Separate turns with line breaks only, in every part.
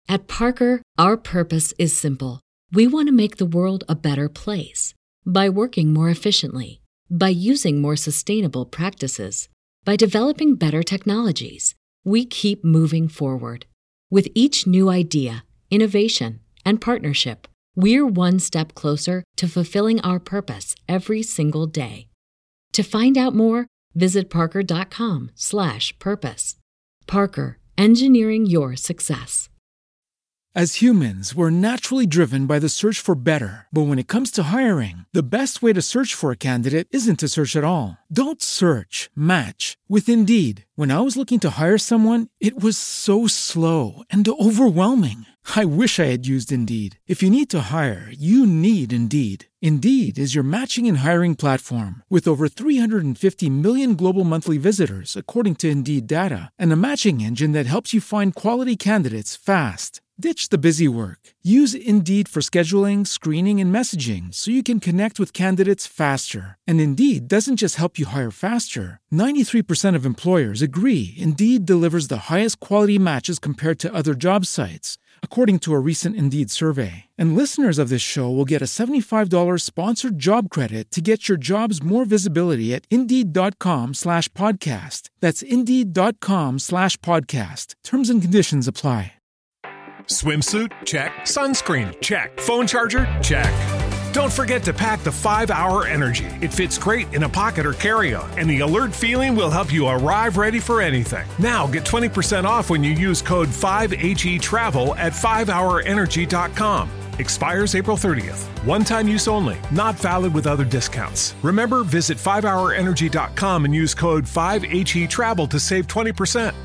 At Parker, our purpose is simple. We want to make the world a better place by working more efficiently, by using more sustainable practices, by developing better technologies. We keep moving forward. With each new idea, innovation, and partnership, we're one step closer to fulfilling our purpose every single day. To find out more, visit parker.com/purpose. Parker, engineering your success.
As humans, we're naturally driven by the search for better. But when it comes to hiring, the best way to search for a candidate isn't to search at all. Don't search, match with Indeed. When I was looking to hire someone, it was so slow and overwhelming. I wish I had used Indeed. If you need to hire, you need Indeed. Indeed is your matching and hiring platform with over 350 million global monthly visitors, according to Indeed data, and a matching engine that helps you find quality candidates fast. Ditch the busy work. Use Indeed for scheduling, screening, and messaging so you can connect with candidates faster. And Indeed doesn't just help you hire faster. 93% of employers agree Indeed delivers the highest quality matches compared to other job sites, according to a recent Indeed survey. And listeners of this show will get a $75 sponsored job credit to get your jobs more visibility at Indeed.com/podcast. That's Indeed.com/podcast. Terms and conditions apply.
Swimsuit? Check. Sunscreen? Check. Phone charger? Check. Don't forget to pack the 5-Hour Energy. It fits great in a pocket or carry-on, and the alert feeling will help you arrive ready for anything. Now get 20% off when you use code 5HETRAVEL at 5hourenergy.com. Expires April 30th. One-time use only. Not valid with other discounts. Remember, visit 5hourenergy.com and use code 5HETRAVEL to save 20%.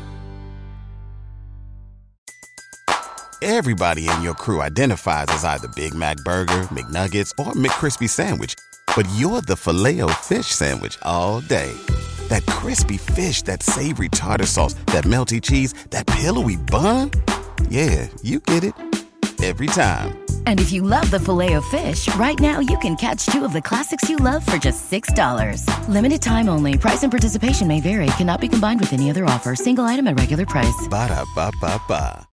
Everybody in your crew identifies as either Big Mac Burger, McNuggets, or McCrispy Sandwich. But you're the Filet-O-Fish Sandwich all day. That crispy fish, that savory tartar sauce, that melty cheese, that pillowy bun. Yeah, you get it. Every time.
And if you love the Filet-O-Fish, right now you can catch two of the classics you love for just $6. Limited time only. Price and participation may vary. Cannot be combined with any other offer. Single item at regular price.
Ba-da-ba-ba-ba.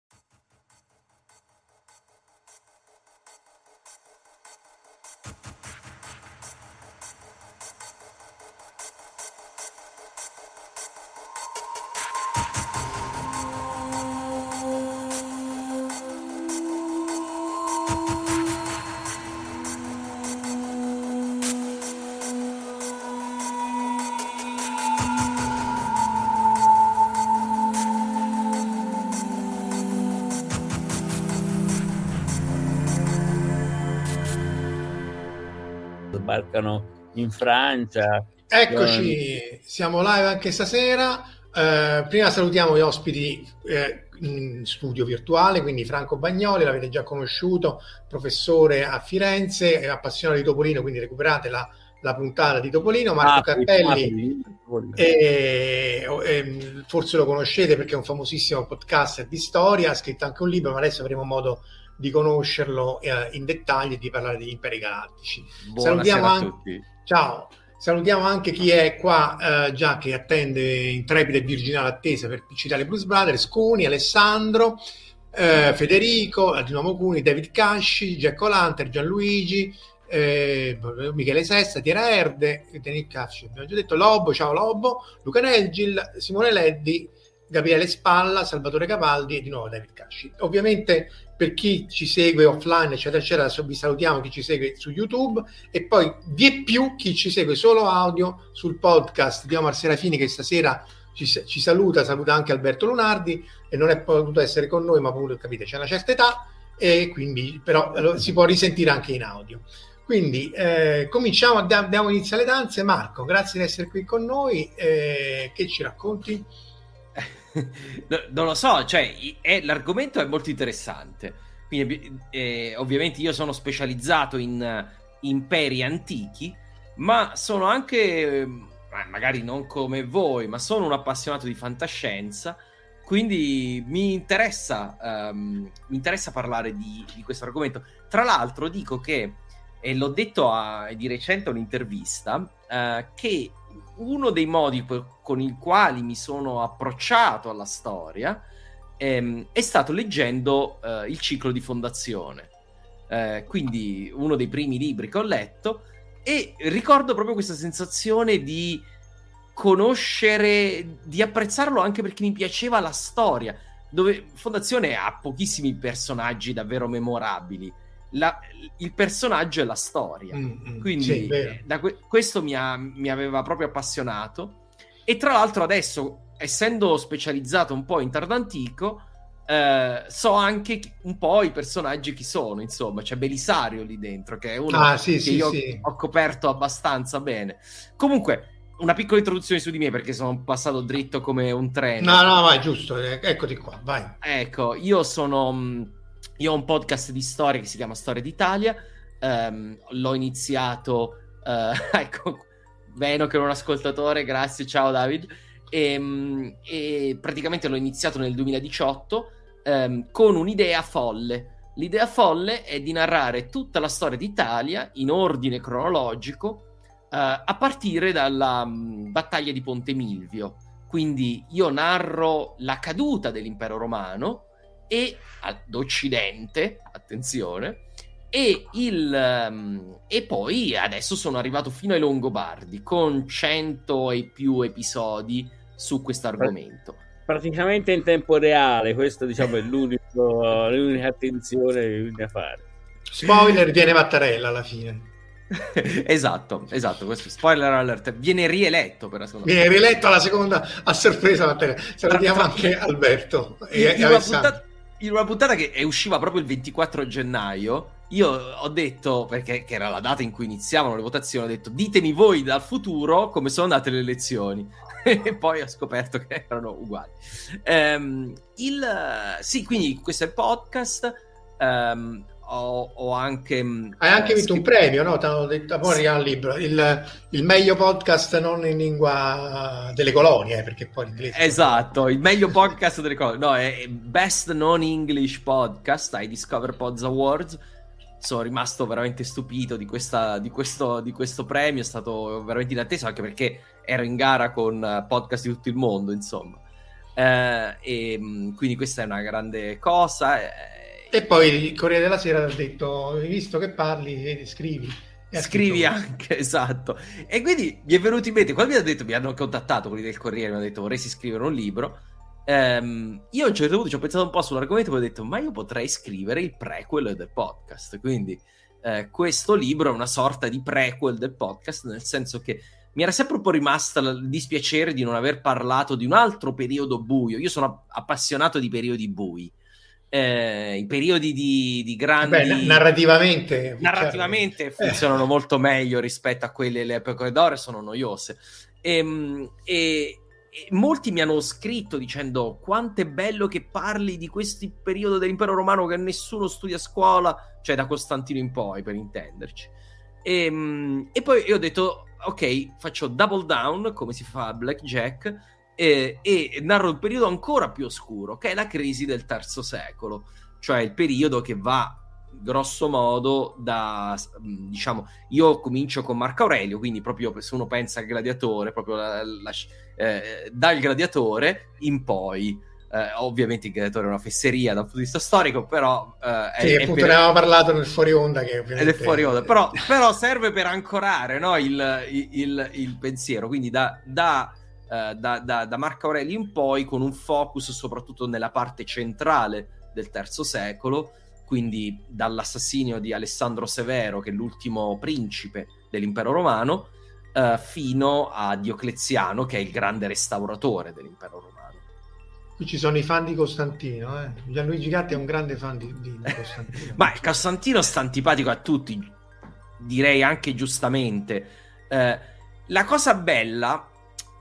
Sbarcano in Francia.
Eccoci, siamo live anche stasera. Prima salutiamo gli ospiti in studio virtuale, quindi Franco Bagnoli, l'avete già conosciuto, professore a Firenze, appassionato di Topolino, quindi recuperate la puntata di Topolino. Marco Cappelli, forse lo conoscete perché è un famosissimo podcaster di storia, ha scritto anche un libro, ma adesso avremo modo di conoscerlo in dettaglio e di parlare degli imperi galattici. Salutiamo
a
anche,
tutti.
ciao, salutiamo anche chi è qua già che attende intrepida e virginale attesa per citare Blues Brothers: Cuni, Alessandro, Federico, di nuovo Cuni, David Casci, Jack O'Lantern, Gianluigi, Michele Sessa, Tiera Erde, Daniel Casci, abbiamo già detto, Lobo, ciao Lobo, Luca Nelgil, Simone Leddi, Gabriele Spalla, Salvatore Capaldi e di nuovo David Casci. Ovviamente per chi ci segue offline eccetera eccetera, vi salutiamo chi ci segue su YouTube e poi vi è più chi ci segue solo audio sul podcast di Omar Serafini, che stasera ci saluta anche Alberto Lunardi e non è potuto essere con noi, ma appunto, capite, c'è una certa età e quindi però si può risentire anche in audio. Quindi cominciamo, diamo inizio alle danze. Marco, grazie di essere qui con noi, che ci racconti?
Non lo so, cioè l'argomento è molto interessante. Quindi, ovviamente io sono specializzato in imperi antichi, ma sono anche, magari non come voi, ma sono un appassionato di fantascienza, quindi mi interessa parlare di questo argomento. Tra l'altro dico che, e l'ho detto di recente a un'intervista, che uno dei modi con i quali mi sono approcciato alla storia è stato leggendo il ciclo di Fondazione, quindi uno dei primi libri che ho letto, e ricordo proprio questa sensazione di conoscere, di apprezzarlo anche perché mi piaceva la storia, dove Fondazione ha pochissimi personaggi davvero memorabili. Il personaggio è la storia, quindi
sì,
questo mi aveva proprio appassionato. E tra l'altro adesso, essendo specializzato un po' in tardo antico, so anche un po' i personaggi chi sono, insomma. C'è Belisario lì dentro, che è uno io ho coperto abbastanza bene. Comunque, una piccola introduzione su di me, perché sono passato dritto come un treno.
No, vai, giusto, eccoti qua, vai.
Ecco, io ho un podcast di storia che si chiama Storia d'Italia, l'ho iniziato, ecco, Veno che è un ascoltatore, grazie, ciao David, e praticamente l'ho iniziato nel 2018 con un'idea folle. L'idea folle è di narrare tutta la storia d'Italia in ordine cronologico, a partire dalla battaglia di Ponte Milvio. Quindi io narro la caduta dell'impero romano e d'Occidente, attenzione, e poi adesso sono arrivato fino ai Longobardi con 100 e più episodi su questo argomento.
Praticamente in tempo reale, questo diciamo è l'unica attenzione che bisogna fare.
Spoiler, viene Mattarella alla fine.
esatto, questo spoiler alert, viene rieletto per la seconda
viene rieletto alla seconda, a sorpresa Mattarella. Salutiamo anche Alberto
in una puntata che usciva proprio il 24 gennaio. Io ho detto, perché che era la data in cui iniziavano le votazioni, ho detto ditemi voi dal futuro come sono andate le elezioni e poi ho scoperto che erano uguali. Sì, quindi questo è il podcast. Ho anche
hai anche vinto un premio, no? Ti hanno detto poi un libro, il meglio podcast non in lingua delle colonie, perché poi l'inglese,
esatto, il meglio podcast delle colonie, no, è Best Non English Podcast ai Discover Pods Awards. Sono rimasto veramente stupito di questo premio, è stato veramente inatteso, anche perché ero in gara con podcast di tutto il mondo, insomma, e quindi questa è una grande cosa.
E poi il Corriere della Sera ha detto, visto che parli, scrivi
anche, esatto. E quindi mi è venuto in mente, quando mi hanno contattato quelli del Corriere, mi hanno detto vorresti scrivere un libro, io a un certo punto ci ho pensato un po' sull'argomento e poi ho detto ma io potrei scrivere il prequel del podcast, quindi questo libro è una sorta di prequel del podcast, nel senso che mi era sempre un po' rimasta il dispiacere di non aver parlato di un altro periodo buio. Io sono appassionato di periodi bui, i periodi di grandi
narrativamente
funzionano molto meglio rispetto a quelle le epoche d'oro, sono noiose, e molti mi hanno scritto dicendo quanto è bello che parli di questo periodo dell'impero romano che nessuno studia a scuola, cioè da Costantino in poi, per intenderci, e poi io ho detto ok, faccio double down come si fa a Blackjack e narro un periodo ancora più oscuro, che è la crisi del III secolo, cioè il periodo che va grosso modo da, diciamo, io comincio con Marco Aurelio, quindi proprio se uno pensa al gladiatore, proprio dal gladiatore in poi, ovviamente il gladiatore è una fesseria dal punto di vista storico, però
sì, appunto ne avevamo parlato nel fuori onda, che ovviamente
è fuori onda, però serve per ancorare, no, il pensiero, quindi da Marco Aurelio in poi, con un focus soprattutto nella parte centrale del III secolo, quindi dall'assassinio di Alessandro Severo, che è l'ultimo principe dell'impero romano, fino a Diocleziano, che è il grande restauratore dell'impero romano.
Qui ci sono i fan di Costantino, Gianluigi Gatti è un grande fan di Costantino.
Ma Costantino sta antipatico a tutti, direi anche giustamente. La cosa bella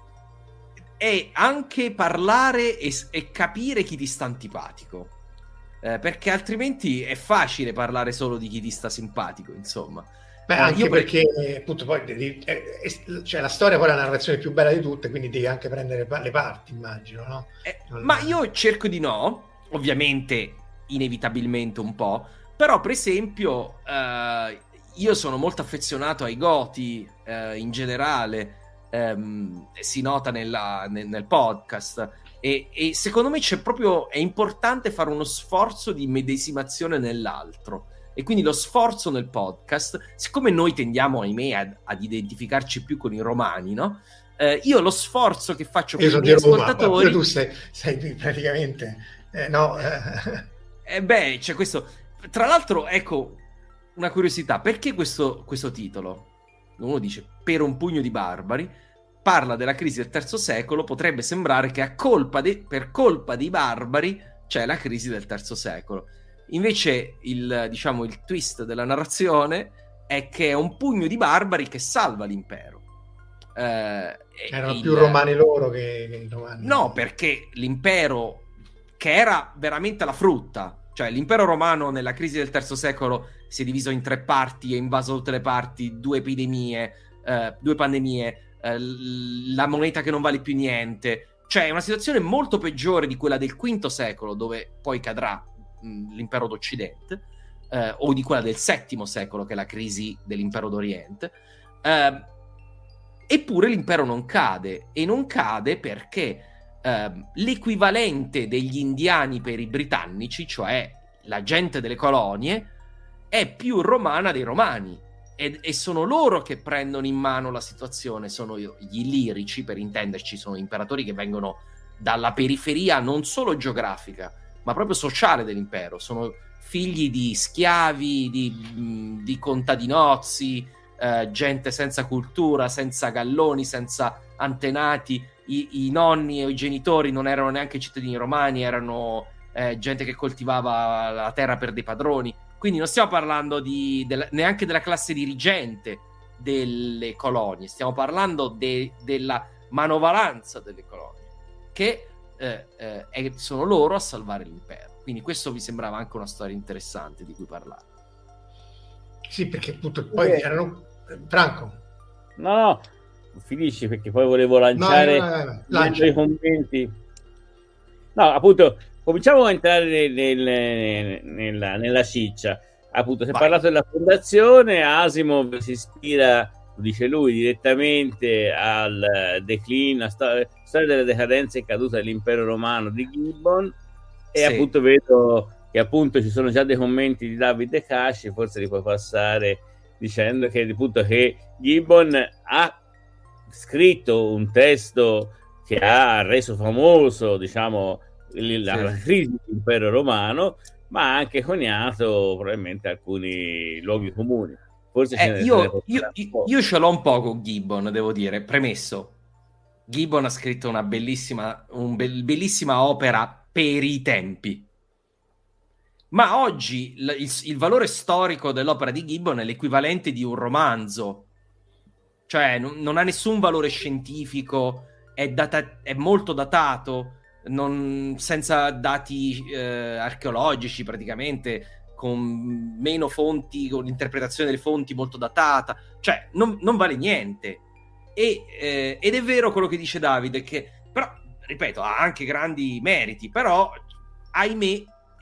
è anche parlare e capire chi ti sta antipatico, perché altrimenti è facile parlare solo di chi ti sta simpatico, insomma.
Beh, anche perché appunto poi cioè la storia poi è la narrazione più bella di tutte, quindi devi anche prendere le parti, immagino, no?
Ma io cerco di no, ovviamente inevitabilmente un po', però per esempio io sono molto affezionato ai Goti in generale, si nota nel podcast, E secondo me è importante fare uno sforzo di medesimazione nell'altro. E quindi lo sforzo nel podcast, siccome noi tendiamo, ahimè, ad identificarci più con i romani, no? Io lo sforzo che faccio con i miei ascoltatori...
tu sei praticamente... no.
Beh, c'è questo... Tra l'altro, ecco, una curiosità. Perché questo titolo? Uno dice, per un pugno di barbari, parla della crisi del III secolo, potrebbe sembrare che per colpa dei barbari c'è la crisi del III secolo. Invece il twist della narrazione è che è un pugno di barbari che salva l'impero.
Erano più romani loro che i romani.
No, perché l'impero, che era veramente la frutta, cioè l'impero romano nella crisi del III secolo si è diviso in 3 parti, è invaso tutte le parti, 2 epidemie, 2 pandemie, la moneta che non vale più niente. Cioè è una situazione molto peggiore di quella del V secolo, dove poi cadrà l'impero d'Occidente, o di quella del VII secolo, che è la crisi dell'impero d'Oriente. Eppure l'impero non cade, e non cade perché l'equivalente degli indiani per i britannici, cioè la gente delle colonie, è più romana dei romani, e sono loro che prendono in mano la situazione. Sono gli illirici, per intenderci, sono imperatori che vengono dalla periferia non solo geografica ma proprio sociale dell'impero. Sono figli di schiavi, di contadinozzi, gente senza cultura, senza galloni, senza antenati. I nonni e i genitori non erano neanche cittadini romani, erano gente che coltivava la terra per dei padroni. Quindi non stiamo parlando neanche della classe dirigente delle colonie, stiamo parlando della manovalanza delle colonie, che sono loro a salvare l'impero. Quindi questo mi sembrava anche una storia interessante di cui parlare. Sì, perché appunto poi erano... Franco?
No, finisci, perché poi volevo lanciare i commenti. No, appunto, cominciamo a entrare nella ciccia. Appunto, si è parlato della fondazione. Asimov si ispira, dice lui, direttamente al declino, storia della decadenza e caduta dell'impero romano di Gibbon, e appunto vedo che appunto ci sono già dei commenti di Davide Casci, forse li puoi passare, dicendo che appunto che Gibbon ha scritto un testo che ha reso famoso, diciamo, la crisi dell'impero romano, ma ha anche coniato probabilmente alcuni luoghi comuni. Forse
io ce l'ho un po' con Gibbon, devo dire. Premesso, Gibbon ha scritto una bellissima opera per i tempi, ma oggi il valore storico dell'opera di Gibbon è l'equivalente di un romanzo, cioè non ha nessun valore scientifico, è molto datato, senza dati archeologici praticamente, con meno fonti, con l'interpretazione delle fonti molto datata, cioè non vale niente. Ed è vero quello che dice Davide, che però, ripeto, ha anche grandi meriti, però ahimè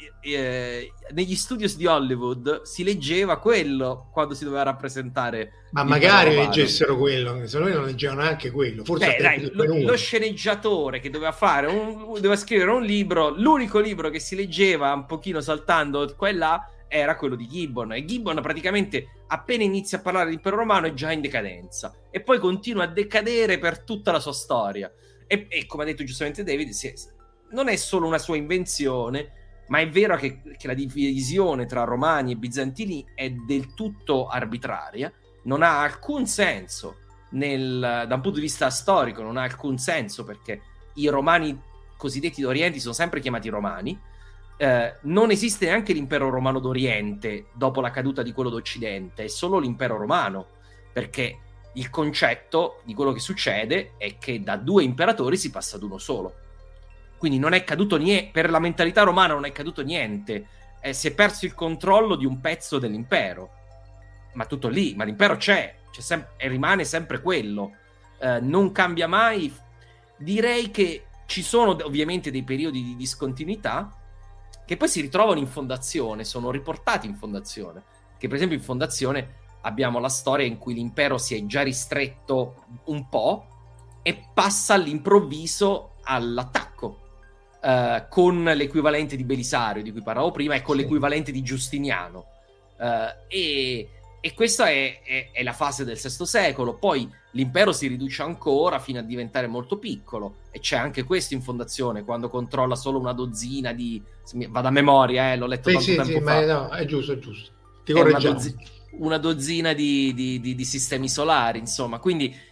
negli studios di Hollywood si leggeva quello quando si doveva rappresentare,
ma magari leggessero quello, se no non leggevano neanche quello. Forse
lo sceneggiatore che doveva scrivere un libro, l'unico libro che si leggeva un pochino saltando qua e là era quello di Gibbon, e Gibbon praticamente appena inizia a parlare di impero romano è già in decadenza, e poi continua a decadere per tutta la sua storia, e come ha detto giustamente David, non è solo una sua invenzione, ma è vero che la divisione tra romani e bizantini è del tutto arbitraria, non ha alcun senso da un punto di vista storico, non ha alcun senso, perché i romani cosiddetti d'Oriente sono sempre chiamati romani. Non esiste neanche l'impero romano d'Oriente dopo la caduta di quello d'Occidente, è solo l'impero romano, perché il concetto di quello che succede è che da 2 imperatori si passa ad uno solo. Quindi non è caduto niente, per la mentalità romana non è caduto niente, si è perso il controllo di un pezzo dell'impero, ma tutto lì, ma l'impero c'è e rimane sempre quello, non cambia mai. Direi che ci sono ovviamente dei periodi di discontinuità che poi si ritrovano in Fondazione, sono riportati in Fondazione, che per esempio in Fondazione abbiamo la storia in cui l'impero si è già ristretto un po' e passa all'improvviso all'attacco, con l'equivalente di Belisario di cui parlavo prima e con l'equivalente di Giustiniano, e questa è la fase del VI secolo. Poi l'impero si riduce ancora fino a diventare molto piccolo, e c'è anche questo in Fondazione, quando controlla solo una dozzina di... vado a memoria, l'ho letto tanto tempo fa.
Ma no, è giusto. Ti correggiamo.
Una dozzina di sistemi solari, insomma, quindi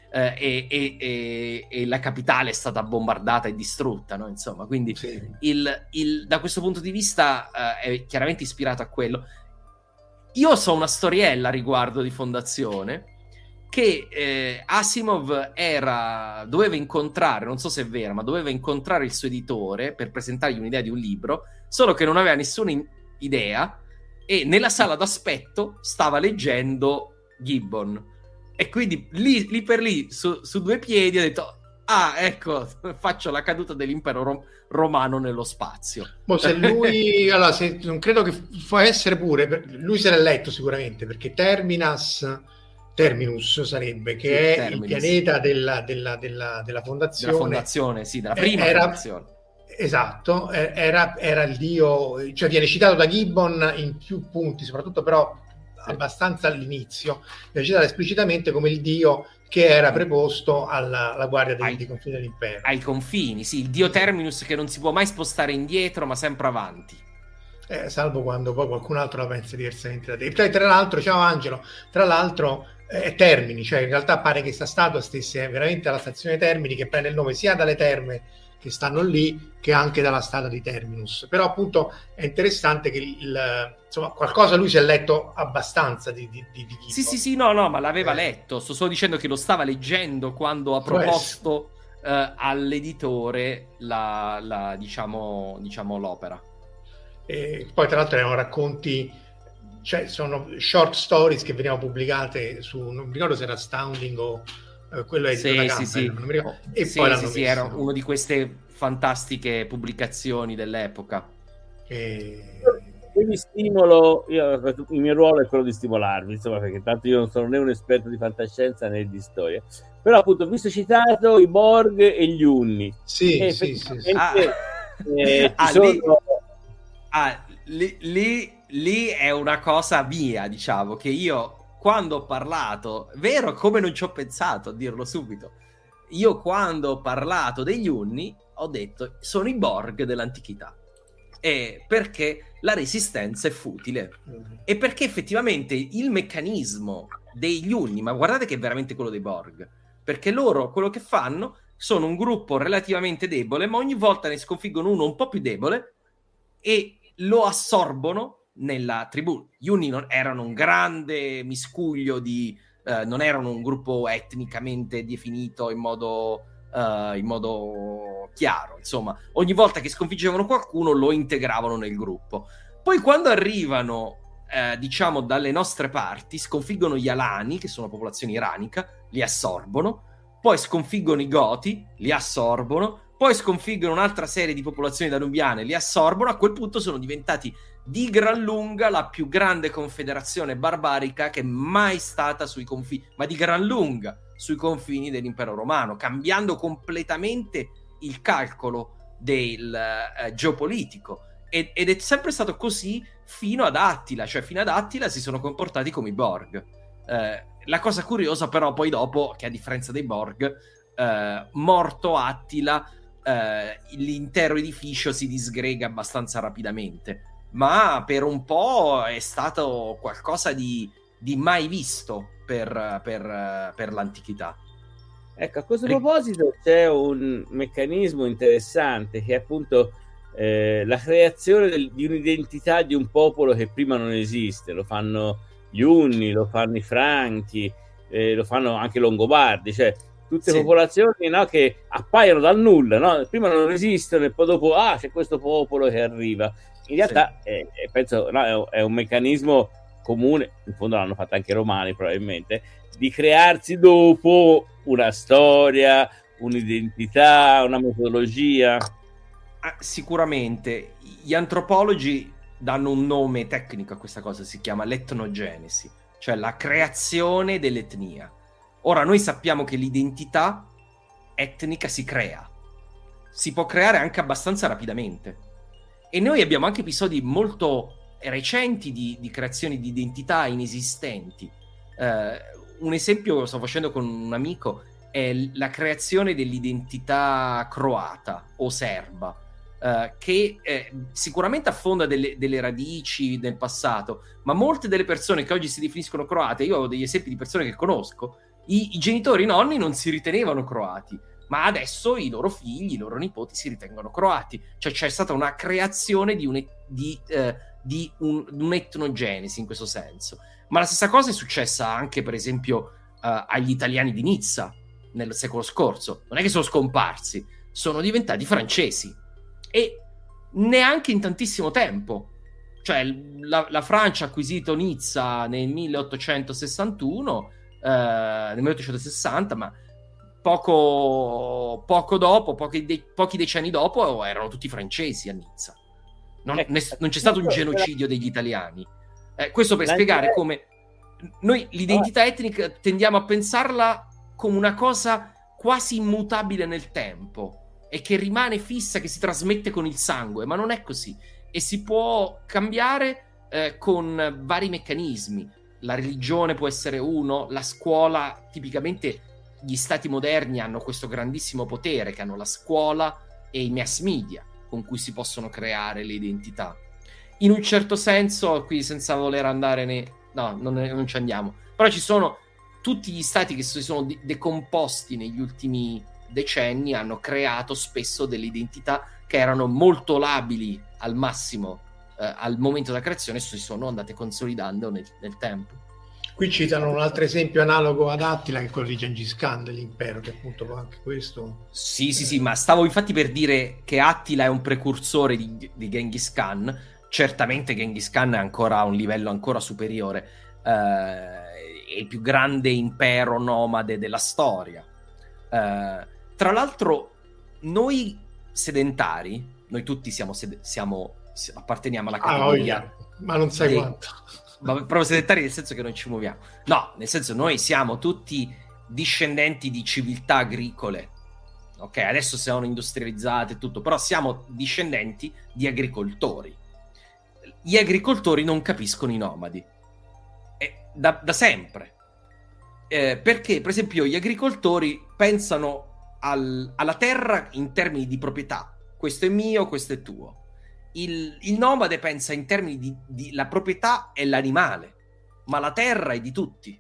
e la capitale è stata bombardata e distrutta, no? Insomma, quindi da questo punto di vista è chiaramente ispirato a quello. Io so una storiella a riguardo di Fondazione, che Asimov doveva incontrare, non so se è vera, ma doveva incontrare il suo editore per presentargli un'idea di un libro, solo che non aveva nessuna idea, e nella sala d'aspetto stava leggendo Gibbon, e quindi lì per lì su due piedi ha detto: ah, ecco, faccio la caduta dell'impero romano nello spazio.
Se lui non credo che può essere pure, lui se l'ha letto sicuramente, perché Terminus sarebbe, che è il pianeta della fondazione.
Della fondazione, della prima fondazione.
Esatto, era il dio, cioè viene citato da Gibbon in più punti, soprattutto però abbastanza all'inizio, viene citato esplicitamente come il dio che era preposto alla guardia dei confini dell'impero.
Ai confini, il dio Terminus, che non si può mai spostare indietro, ma sempre avanti.
Salvo quando poi qualcun altro la pensa diversamente da te. Tra l'altro, ciao Angelo, è Termini, cioè in realtà pare che questa statua stesse veramente alla stazione Termini, che prende il nome sia dalle terme che stanno lì che anche dalla statua di Terminus. Però appunto è interessante che insomma qualcosa lui si è letto abbastanza di
sì, no, ma l'aveva letto. Sto solo dicendo che lo stava leggendo quando ha proposto all'editore diciamo l'opera.
E poi tra l'altro erano racconti, cioè sono short stories che venivano pubblicate su, non mi ricordo se era Astounding o quello è
sì.
Non mi ricordo. E poi l'hanno messo.
Era una di queste fantastiche pubblicazioni dell'epoca.
Quindi stimolo, il mio ruolo è quello di stimolarvi, insomma, perché tanto io non sono né un esperto di fantascienza né di storia, però appunto visto citato i Borg e gli Unni,
lì è una cosa mia, diciamo, che io quando ho parlato, vero, come non ci ho pensato a dirlo subito, io quando ho parlato degli Unni ho detto sono i Borg dell'antichità, perché la resistenza è futile e perché effettivamente il meccanismo degli Unni, ma guardate che è veramente quello dei Borg, perché loro quello che fanno sono un gruppo relativamente debole, ma ogni volta ne sconfiggono uno un po' più debole e lo assorbono nella tribù. Gli Unni erano un grande miscuglio non erano un gruppo etnicamente definito in modo chiaro, insomma, ogni volta che sconfiggevano qualcuno lo integravano nel gruppo. Poi quando arrivano diciamo dalle nostre parti, sconfiggono gli Alani, che sono popolazioni iranica, li assorbono, poi sconfiggono i Goti, li assorbono, poi sconfiggono un'altra serie di popolazioni danubiane, li assorbono. A quel punto sono diventati di gran lunga la più grande confederazione barbarica che è mai stata sui confini, ma di gran lunga sui confini dell'impero romano, cambiando completamente il calcolo del geopolitico. Ed è sempre stato così fino ad Attila, cioè fino ad Attila si sono comportati come i Borg. La cosa curiosa però poi dopo, che a differenza dei Borg, morto Attila, l'intero edificio si disgrega abbastanza rapidamente, ma per un po' è stato qualcosa di mai visto per l'antichità.
Ecco, a questo proposito c'è un meccanismo interessante che è appunto la creazione di un'identità di un popolo che prima non esiste. Lo fanno gli Unni, lo fanno i Franchi, lo fanno anche i Longobardi, cioè tutte popolazioni, no, che appaiono dal nulla, no? Prima non esistono e poi dopo c'è questo popolo che arriva. In realtà penso è un meccanismo comune, in fondo l'hanno fatto anche i romani probabilmente, di crearsi dopo una storia, un'identità, una metodologia.
Sicuramente gli antropologi danno un nome tecnico a questa cosa, si chiama l'etnogenesi, cioè la creazione dell'etnia. Ora noi sappiamo che l'identità etnica si crea, si può creare anche abbastanza rapidamente. E noi abbiamo anche episodi molto recenti di creazioni di identità inesistenti. Un esempio che sto facendo con un amico è la creazione dell'identità croata o serba, che sicuramente affonda delle radici nel passato, ma molte delle persone che oggi si definiscono croate, io ho degli esempi di persone che conosco, i genitori, i nonni non si ritenevano croati, ma adesso i loro figli, i loro nipoti si ritengono croati. Cioè c'è stata una creazione di un'etnogenesi in questo senso. Ma la stessa cosa è successa anche, per esempio, agli italiani di Nizza nel secolo scorso. Non è che sono scomparsi, sono diventati francesi. E neanche in tantissimo tempo. Cioè la Francia ha acquisito Nizza nel 1861, nel 1860, ma poco dopo, pochi decenni dopo, erano tutti francesi a Nizza. Non c'è stato un genocidio degli italiani. Questo per spiegare come noi l'identità etnica tendiamo a pensarla come una cosa quasi immutabile nel tempo e che rimane fissa, che si trasmette con il sangue, ma non è così. E si può cambiare con vari meccanismi. La religione può essere uno, la scuola, tipicamente gli stati moderni hanno questo grandissimo potere, che hanno la scuola e i mass media, con cui si possono creare le identità. In un certo senso, qui senza voler andare non ci andiamo, però ci sono tutti gli stati che si sono decomposti negli ultimi decenni, hanno creato spesso delle identità che erano molto labili al massimo al momento della creazione e si sono andate consolidando nel tempo.
Qui citano un altro esempio analogo ad Attila, che è quello di Gengis Khan dell'impero, che appunto anche questo...
Sì, ma stavo infatti per dire che Attila è un precursore di Gengis Khan. Certamente Gengis Khan è ancora a un livello ancora superiore, è il più grande impero nomade della storia. Tra l'altro noi sedentari, noi tutti apparteniamo alla categoria...
ma non sai quanto...
Ma proprio sedentari nel senso che non ci muoviamo. No, nel senso noi siamo tutti discendenti di civiltà agricole. Ok, adesso siamo industrializzate e tutto, però siamo discendenti di agricoltori. Gli agricoltori non capiscono i nomadi. Da sempre. Perché, per esempio, gli agricoltori pensano alla terra in termini di proprietà. Questo è mio, questo è tuo. Il nomade pensa in termini di la proprietà è l'animale, ma la terra è di tutti.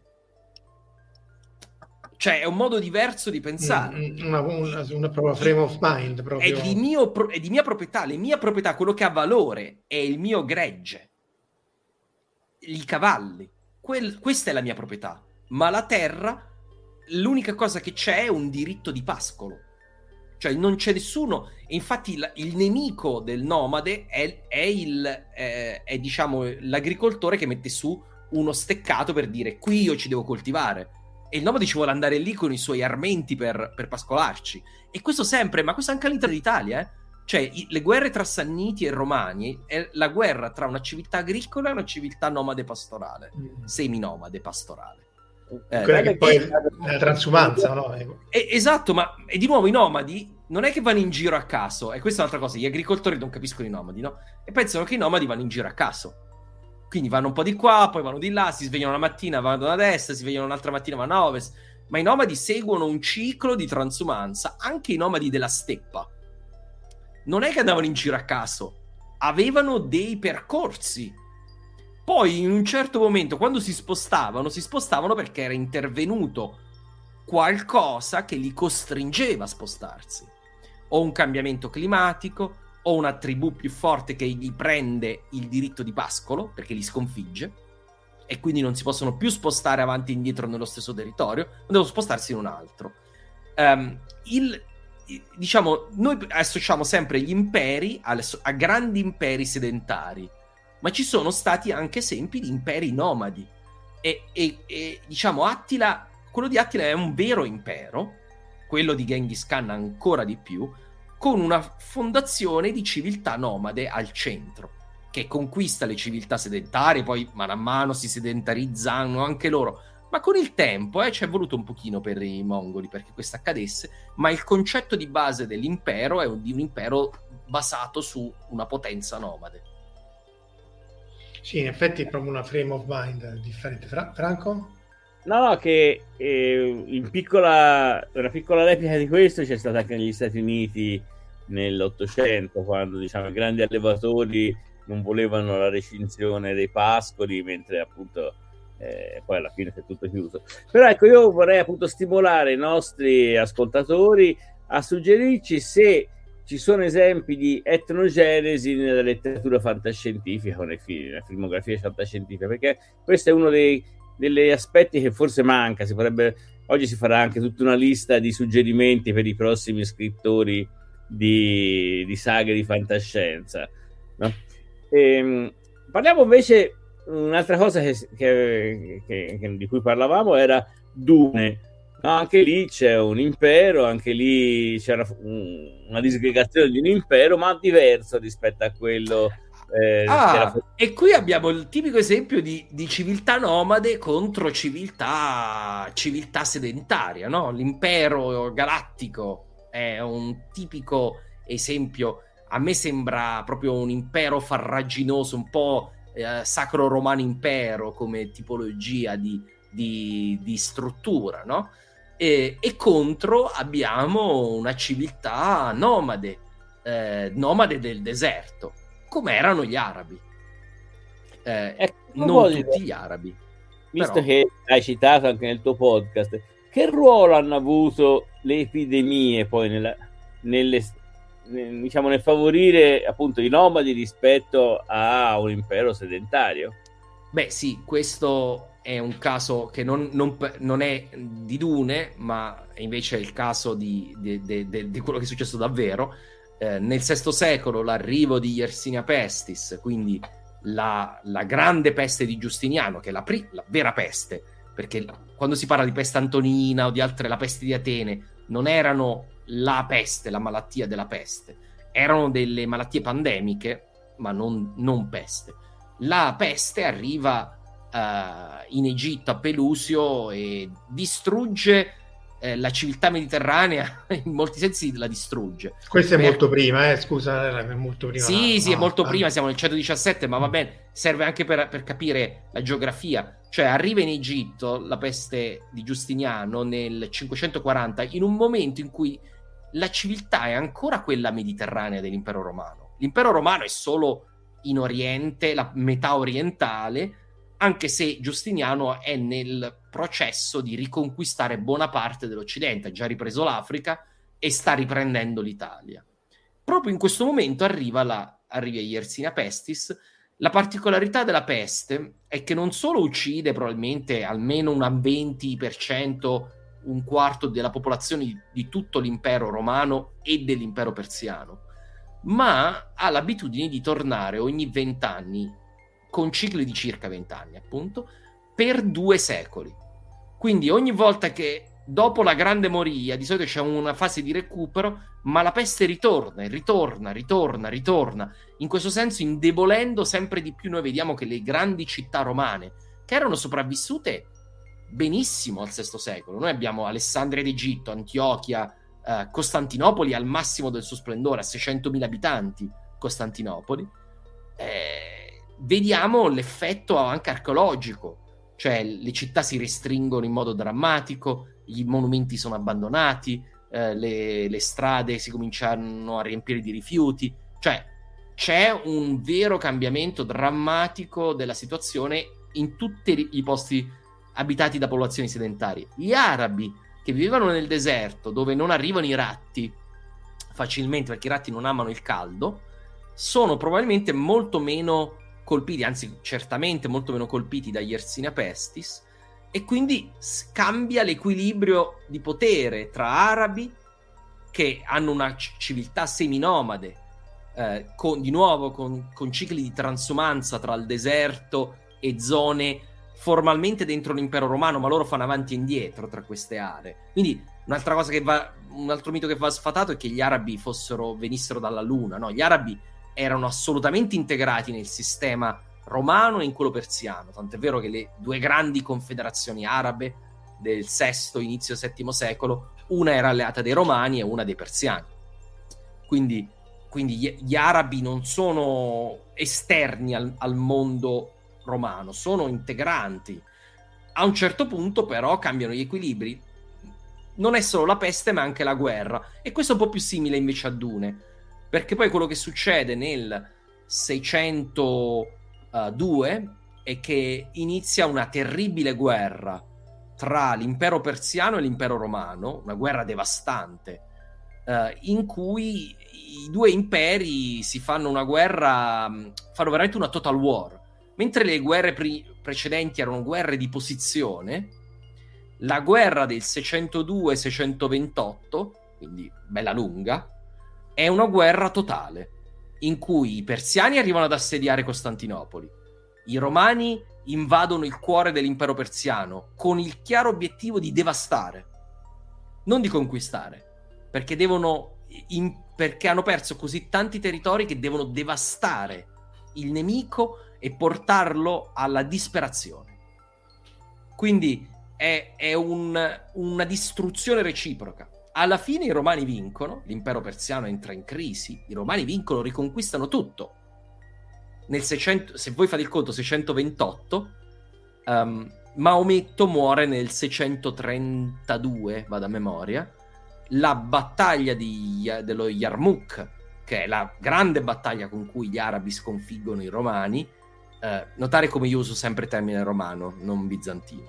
Cioè è un modo diverso di pensare.
Una propria frame of mind. Proprio.
È di mia proprietà. Le mie proprietà, quello che ha valore è il mio gregge, i cavalli. Questa è la mia proprietà. Ma la terra, l'unica cosa che c'è è un diritto di pascolo. Cioè non c'è nessuno, e infatti il nemico del nomade è diciamo l'agricoltore che mette su uno steccato per dire qui io ci devo coltivare, e il nomade ci vuole andare lì con i suoi armenti per pascolarci, e questo sempre, ma questo anche all'interno d'Italia, cioè le guerre tra Sanniti e Romani è la guerra tra una civiltà agricola e una civiltà nomade pastorale, seminomade pastorale.
Quella che poi è la transumanza, no?
Esatto, ma e di nuovo i nomadi non è che vanno in giro a caso, e questa è un'altra cosa, gli agricoltori non capiscono i nomadi, no? E pensano che i nomadi vanno in giro a caso, quindi vanno un po' di qua, poi vanno di là, si svegliano una mattina, vanno a destra, si svegliano un'altra mattina, vanno a ovest, ma i nomadi seguono un ciclo di transumanza. Anche i nomadi della steppa non è che andavano in giro a caso, avevano dei percorsi. Poi in un certo momento, quando si spostavano perché era intervenuto qualcosa che li costringeva a spostarsi, o un cambiamento climatico, o una tribù più forte che gli prende il diritto di pascolo perché li sconfigge, e quindi non si possono più spostare avanti e indietro nello stesso territorio, ma devono spostarsi in un altro. Diciamo, noi associamo sempre gli imperi a grandi imperi sedentari, ma ci sono stati anche esempi di imperi nomadi, e diciamo Attila, quello di Attila è un vero impero, quello di Gengis Khan ancora di più, con una fondazione di civiltà nomade al centro, che conquista le civiltà sedentarie, poi man mano si sedentarizzano anche loro, Ma con il tempo ci è voluto un pochino per i mongoli perché questo accadesse, ma il concetto di base dell'impero è di un impero basato su una potenza nomade.
Sì, in effetti è proprio una frame of mind differente. Franco?
No, che una piccola replica di questo c'è stata anche negli Stati Uniti nell'800, quando diciamo i grandi allevatori non volevano la recinzione dei pascoli, mentre appunto poi alla fine si è tutto chiuso. Però ecco, io vorrei appunto stimolare i nostri ascoltatori a suggerirci se ci sono esempi di etnogenesi nella letteratura fantascientifica o nella filmografia fantascientifica, perché questo è uno degli aspetti che forse manca. Oggi si farà anche tutta una lista di suggerimenti per i prossimi scrittori di saghe di fantascienza, no? Parliamo invece un'altra cosa di cui parlavamo era Dune, no? Anche lì c'è un impero, anche lì c'è una disgregazione di un impero, ma diverso rispetto a quello
e qui abbiamo il tipico esempio di civiltà nomade contro civiltà sedentaria, no? L'impero galattico è un tipico esempio. A me sembra proprio un impero farraginoso, un po' sacro romano impero come tipologia di struttura, no? E contro abbiamo una civiltà nomade del deserto, come erano gli arabi. Non tutti gli arabi.
Visto che hai citato anche nel tuo podcast, che ruolo hanno avuto le epidemie poi nel favorire appunto i nomadi rispetto a un impero sedentario?
Beh sì, questo è un caso che non è di Dune, ma invece è il caso di quello che è successo davvero. Nel VI secolo l'arrivo di Yersinia Pestis, quindi la grande peste di Giustiniano, che è la vera peste, perché quando si parla di peste antonina o di altre, la peste di Atene, non erano la peste, la malattia della peste, erano delle malattie pandemiche, ma non peste. La peste arriva in Egitto a Pelusio e distrugge la civiltà mediterranea, in molti sensi la distrugge.
Questo è molto prima, scusa, è molto prima.
Sì, è molto prima, siamo nel 117, ma va bene, serve anche per capire la geografia. Cioè arriva in Egitto la peste di Giustiniano nel 540, in un momento in cui la civiltà è ancora quella mediterranea dell'impero romano. L'impero romano è solo in Oriente, la metà orientale, anche se Giustiniano è nel processo di riconquistare buona parte dell'Occidente, ha già ripreso l'Africa e sta riprendendo l'Italia. Proprio in questo momento arriva Yersinia Pestis. La particolarità della peste è che non solo uccide probabilmente almeno un 20%, un quarto della popolazione di tutto l'impero romano e dell'impero persiano, ma ha l'abitudine di tornare ogni 20 anni, con cicli di circa 20 anni appunto, per 2 secoli. Quindi ogni volta che dopo la grande moria, di solito c'è una fase di recupero, ma la peste ritorna, in questo senso indebolendo sempre di più. Noi vediamo che le grandi città romane, che erano sopravvissute benissimo al VI secolo, noi abbiamo Alessandria d'Egitto, Antiochia, Costantinopoli al massimo del suo splendore, a 600.000 abitanti Costantinopoli, vediamo l'effetto anche archeologico, cioè le città si restringono in modo drammatico, i monumenti sono abbandonati, le strade si cominciano a riempire di rifiuti, cioè c'è un vero cambiamento drammatico della situazione in tutti i posti abitati da popolazioni sedentarie. Gli arabi che vivevano nel deserto, dove non arrivano i ratti facilmente, perché i ratti non amano il caldo, sono probabilmente molto meno colpiti, anzi certamente molto meno colpiti da Yersinia Pestis, e quindi cambia l'equilibrio di potere tra arabi che hanno una civiltà seminomade, con cicli di transumanza tra il deserto e zone formalmente dentro l'impero romano, ma loro fanno avanti e indietro tra queste aree. Quindi un altro mito che va sfatato è che gli arabi venissero dalla luna, no? Gli arabi erano assolutamente integrati nel sistema romano e in quello persiano, tant'è vero che le due grandi confederazioni arabe del VI, inizio VII secolo, una era alleata dei romani e una dei persiani. Quindi gli arabi non sono esterni al mondo romano, sono integranti. A un certo punto però cambiano gli equilibri. Non è solo la peste ma anche la guerra, e questo è un po' più simile invece a Dune, perché poi quello che succede nel 602 è che inizia una terribile guerra tra l'impero persiano e l'impero romano, una guerra devastante, in cui i due imperi si fanno una guerra, fanno veramente una total war. Mentre le guerre precedenti erano guerre di posizione, la guerra del 602-628, quindi bella lunga, è una guerra totale, in cui i persiani arrivano ad assediare Costantinopoli, i romani invadono il cuore dell'impero persiano con il chiaro obiettivo di devastare, non di conquistare, perché perché hanno perso così tanti territori che devono devastare il nemico e portarlo alla disperazione. Quindi è una distruzione reciproca. Alla fine i romani vincono, l'impero persiano entra in crisi, i romani vincono, riconquistano tutto. Nel 600, se voi fate il conto, 628, Maometto muore nel 632, vado a memoria. La battaglia dello Yarmouk, che è la grande battaglia con cui gli arabi sconfiggono i romani, notare come io uso sempre il termine romano, non bizantino.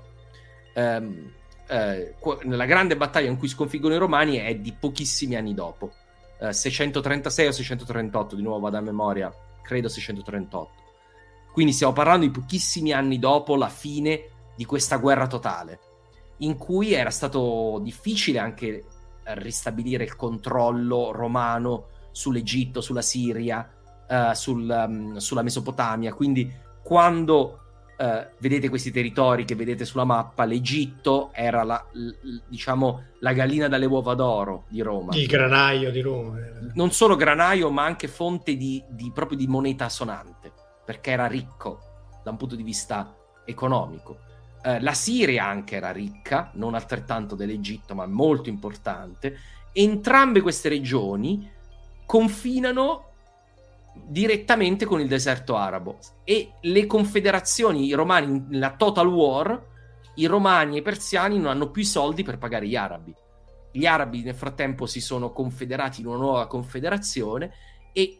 La grande battaglia in cui sconfiggono i romani è di pochissimi anni dopo, 636 o 638, di nuovo vado a memoria, credo 638. Quindi stiamo parlando di pochissimi anni dopo la fine di questa guerra totale, in cui era stato difficile anche ristabilire il romano sull'Egitto, sulla Siria, sulla Mesopotamia. Quindi quando vedete questi territori che vedete sulla mappa, l'Egitto era diciamo la gallina dalle uova d'oro di Roma,
il granaio di Roma,
non solo granaio ma anche fonte proprio di moneta sonante, perché era ricco da un punto di vista economico. La Siria anche era ricca, non altrettanto dell'Egitto ma molto importante. Entrambe queste regioni confinano direttamente con il deserto arabo, e le confederazioni, i romani nella total war, i romani e i persiani non hanno più i soldi per pagare gli arabi. Gli arabi nel frattempo si sono confederati in una nuova confederazione e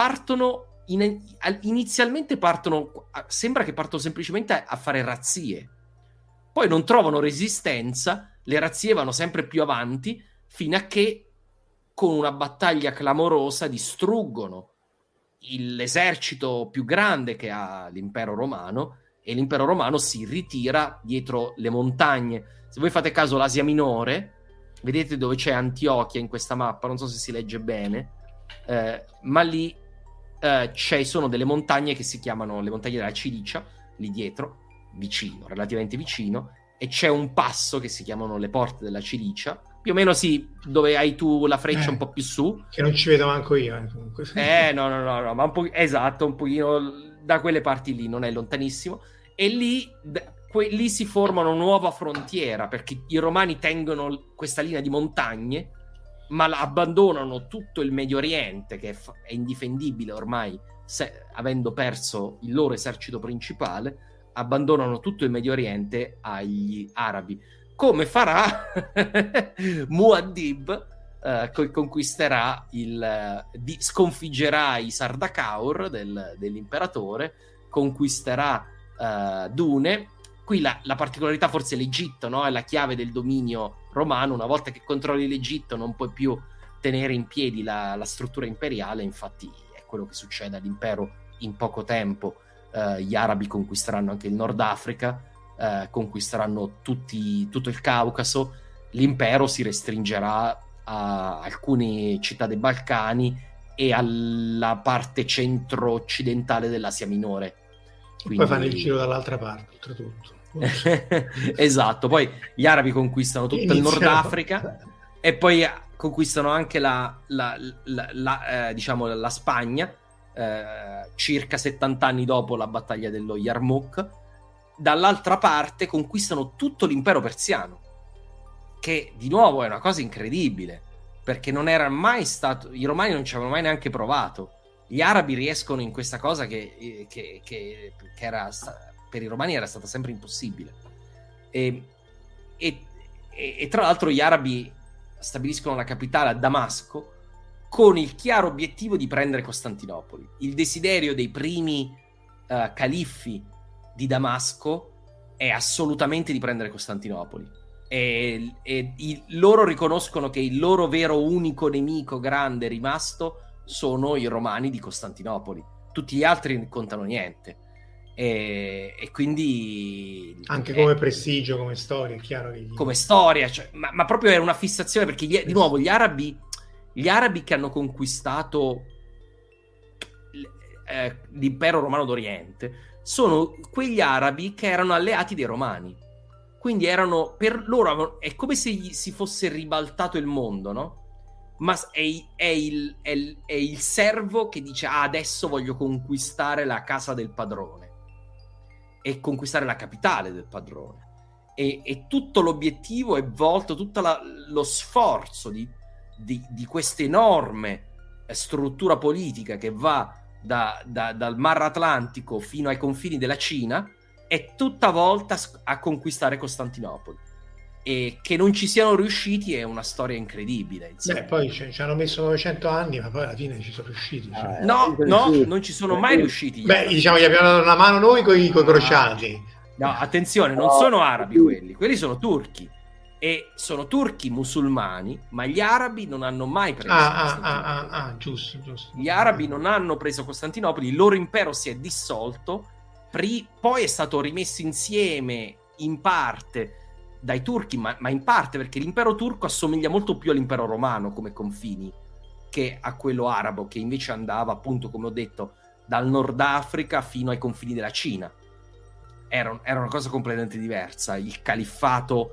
inizialmente sembra che partono semplicemente a fare razzie, poi non trovano resistenza, le razzie vanno sempre più avanti fino a che con una battaglia clamorosa distruggono l'esercito più grande che ha l'impero romano, e l'impero romano si ritira dietro le montagne. Se voi fate caso l'Asia Minore, vedete dove c'è Antiochia in questa mappa, non so se si legge bene, ma lì sono delle montagne che si chiamano le montagne della Cilicia, lì dietro, relativamente vicino, e c'è un passo che si chiamano le porte della Cilicia, più o meno sì, dove hai tu la freccia un po' più su,
che non ci vedo manco io
no, ma esatto, un pochino da quelle parti lì, non è lontanissimo, e lì si forma una nuova frontiera, perché i romani tengono questa linea di montagne ma abbandonano tutto il Medio Oriente, che è indifendibile ormai, avendo perso il loro esercito principale, abbandonano tutto il Medio Oriente agli arabi, come farà Muad'Dib, conquisterà sconfiggerà i Sardachaur dell'imperatore, conquisterà Dune. Qui la particolarità forse è l'Egitto, no? È la chiave del dominio romano. Una volta che controlli l'Egitto non puoi più tenere in piedi la struttura imperiale, infatti è quello che succede all'impero in poco tempo. Gli arabi conquisteranno anche il Nord Africa, conquisteranno tutto il Caucaso, l'impero si restringerà a alcune città dei Balcani e alla parte centro-occidentale dell'Asia Minore.
Quindi... poi fanno il giro dall'altra parte, oltretutto.
Esatto, poi gli arabi conquistano tutto il Nord Africa e poi conquistano anche diciamo la Spagna, circa 70 anni dopo la battaglia dello Yarmouk. Dall'altra parte conquistano tutto l'impero persiano, che di nuovo è una cosa incredibile, perché non era mai stato, i romani non ci avevano mai neanche provato. Gli arabi riescono in questa cosa che era per i romani era stata sempre impossibile. E tra l'altro gli arabi stabiliscono la capitale a Damasco con il chiaro obiettivo di prendere Costantinopoli. Il desiderio dei primi califfi di Damasco è assolutamente di prendere Costantinopoli, e loro riconoscono che il loro vero unico nemico grande rimasto sono i romani di Costantinopoli, tutti gli altri contano niente, e quindi
anche come prestigio, come storia, è chiaro che
come storia, cioè, ma proprio è una fissazione, perché di nuovo gli arabi che hanno conquistato l'impero romano d'Oriente sono quegli arabi che erano alleati dei romani, quindi erano, per loro è come se si fosse ribaltato il mondo, no? Ma è il servo che dice adesso voglio conquistare la casa del padrone e conquistare la capitale del padrone, e tutto l'obiettivo è volto, tutto lo sforzo di questa enorme struttura politica che va dal Mar Atlantico fino ai confini della Cina è tutta volta a conquistare Costantinopoli. E che non ci siano riusciti è una storia incredibile.
Poi ci hanno messo 900 anni, ma poi alla fine ci sono riusciti.
No, non ci sono mai riusciti.
Diciamo gli abbiamo dato una mano noi con i crociati.
No, attenzione, non sono arabi quelli sono turchi. E sono turchi musulmani, ma gli arabi non hanno mai preso Costantinopoli.
Giusto.
Gli arabi non hanno preso Costantinopoli, il loro impero si è dissolto, poi è stato rimesso insieme in parte dai turchi, ma in parte perché l'impero turco assomiglia molto più all'impero romano come confini che a quello arabo, che invece andava, appunto, come ho detto, dal Nord Africa fino ai confini della Cina. Era una cosa completamente diversa. Il califfato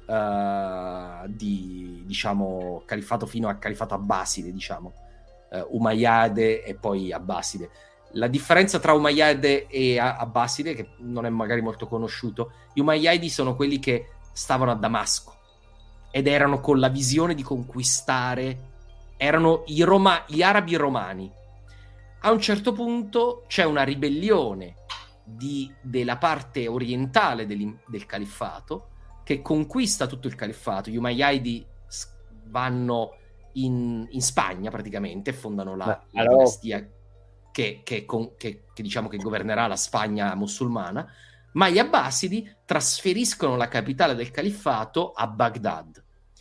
califfato fino al califfato abbaside, Umayyade e poi abbaside. La differenza tra Umayyade e abbaside, che non è magari molto conosciuto, gli Umayyadi sono quelli che stavano a Damasco ed erano con la visione di conquistare, erano gli arabi romani. A un certo punto c'è una ribellione della parte orientale del califfato che conquista tutto il califfato. Gli Umayyadi vanno in Spagna praticamente, fondano la dinastia che diciamo che governerà la Spagna musulmana, ma gli Abbasidi trasferiscono la capitale del califfato a Baghdad,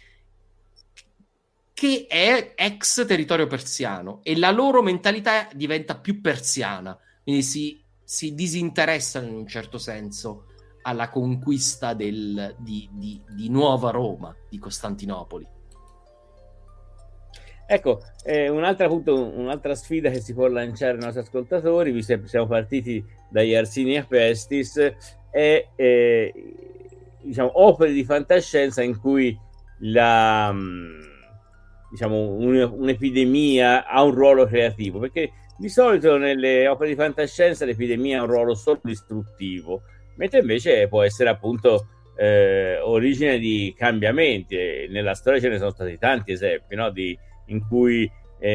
che è ex territorio persiano, e la loro mentalità diventa più persiana, quindi si disinteressano in un certo senso alla conquista di Nuova Roma, di Costantinopoli.
Ecco, un'altra sfida che si può lanciare ai nostri ascoltatori, visto che siamo partiti dagli Arsini a Pestis, è opere di fantascienza in cui un'epidemia ha un ruolo creativo, perché di solito nelle opere di fantascienza l'epidemia ha un ruolo solo distruttivo, mentre invece può essere appunto origine di cambiamenti. Nella storia ce ne sono stati tanti esempi, no? In cui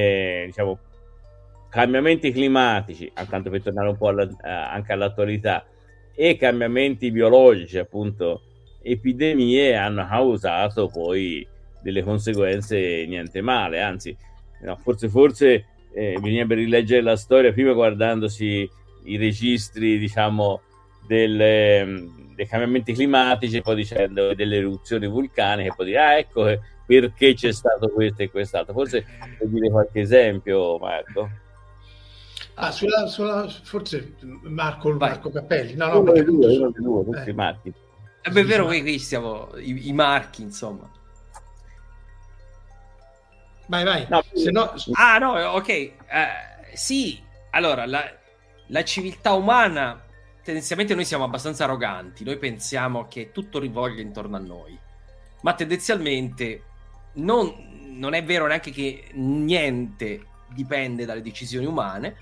cambiamenti climatici, tanto per tornare un po' anche all'attualità, e cambiamenti biologici, appunto epidemie, hanno causato poi delle conseguenze niente male, anzi forse bisognerebbe rileggere la storia prima guardandosi i registri dei cambiamenti climatici e poi dicendo delle eruzioni vulcaniche e poi dire ecco perché c'è stato questo e quest'altro. Forse puoi dire qualche esempio, Marco?
Forse Marco Cappelli.
Tutti marchi.
È vero che qui siamo i marchi, insomma.
Vai.
Ok. Sì, allora la civiltà umana, tendenzialmente noi siamo abbastanza arroganti, noi pensiamo che tutto rivolga intorno a noi, ma tendenzialmente non è vero neanche che niente dipende dalle decisioni umane,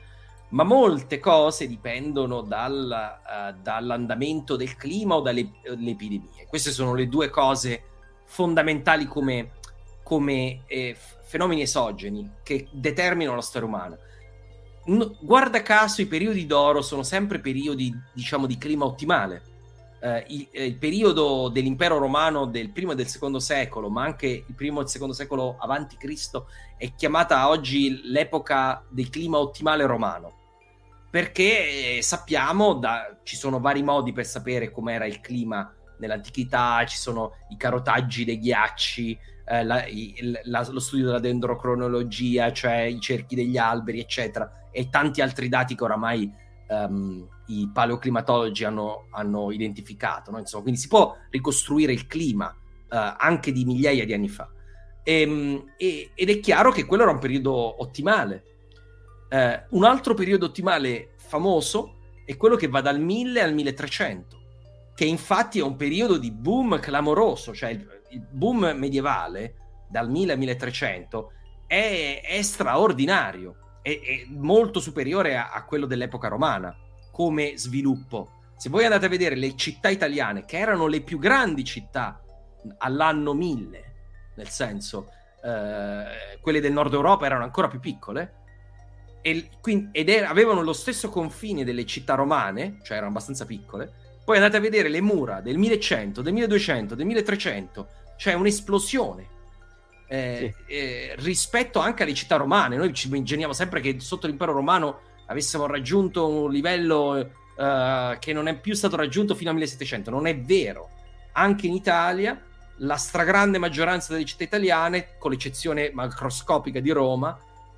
ma molte cose dipendono dall'andamento del clima o dalle epidemie. Queste sono le due cose fondamentali come fenomeni esogeni che determinano la storia umana. Guarda caso, i periodi d'oro sono sempre periodi, diciamo, di clima ottimale. Il periodo dell'impero romano del primo e del secondo secolo, ma anche il primo e il secondo secolo avanti Cristo, è chiamata oggi l'epoca del clima ottimale romano, perché sappiamo, ci sono vari modi per sapere com'era il clima nell'antichità, ci sono i carotaggi dei ghiacci, lo studio della dendrocronologia, cioè i cerchi degli alberi, eccetera, e tanti altri dati che oramai i paleoclimatologi hanno identificato, no? Insomma, quindi si può ricostruire il clima anche di migliaia di anni fa, ed è chiaro che quello era un periodo ottimale. Un altro periodo ottimale famoso è quello che va dal 1000 al 1300, che infatti è un periodo di boom clamoroso, cioè il boom medievale dal 1000 al 1300 è straordinario, è molto superiore a quello dell'epoca romana come sviluppo. Se voi andate a vedere le città italiane, che erano le più grandi città all'anno 1000, nel senso quelle del nord Europa erano ancora più piccole, avevano lo stesso confine delle città romane, cioè erano abbastanza piccole. Poi andate a vedere le mura del 1100, del 1200, del 1300, cioè un'esplosione rispetto anche alle città romane. Noi ci immaginiamo sempre che sotto l'impero romano avessimo raggiunto un livello che non è più stato raggiunto fino al 1700. Non è vero. Anche in Italia la stragrande maggioranza delle città italiane, con l'eccezione macroscopica di Roma,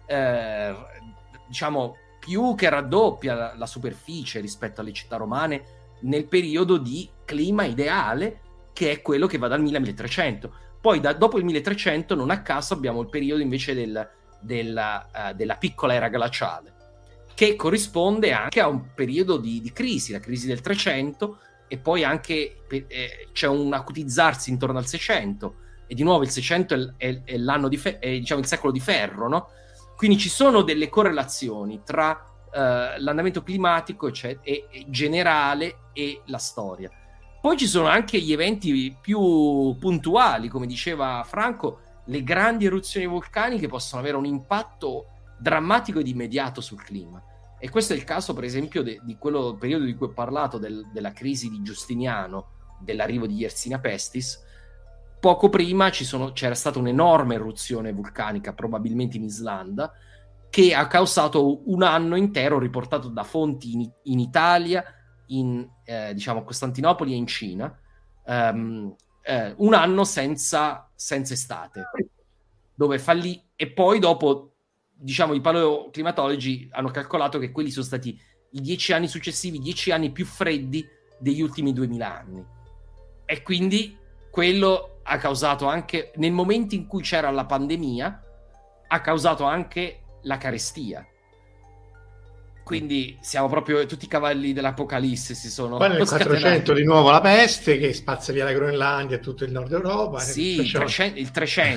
diciamo più che raddoppia la superficie rispetto alle città romane nel periodo di clima ideale, che è quello che va dal 1000 al 1300. Poi dopo il 1300, non a caso, abbiamo il periodo invece della piccola era glaciale, che corrisponde anche a un periodo di crisi, la crisi del 300, e poi anche c'è un acutizzarsi intorno al 600, e di nuovo il 600 è l'anno diciamo il secolo di ferro, no? Quindi ci sono delle correlazioni tra l'andamento climatico e generale e la storia. Poi ci sono anche gli eventi più puntuali, come diceva Franco, le grandi eruzioni vulcaniche possono avere un impatto drammatico ed immediato sul clima. E questo è il caso, per esempio, di quello periodo di cui ho parlato, della crisi di Giustiniano, dell'arrivo di Yersinia Pestis. Poco prima c'era stata un'enorme eruzione vulcanica, probabilmente in Islanda, che ha causato un anno intero, riportato da fonti in Italia, diciamo Costantinopoli e in Cina, un anno senza estate, dove fallì. E poi dopo, diciamo, i paleoclimatologi hanno calcolato che quelli sono stati i 10 anni successivi, 10 anni più freddi degli ultimi 2000 anni. E quindi quello ha causato anche, nel momento in cui c'era la pandemia, ha causato anche la carestia. Quindi siamo proprio, tutti i cavalli dell'Apocalisse si sono
poi nel 400 di nuovo la peste che spazza via la Groenlandia e tutto il nord Europa.
Sì, il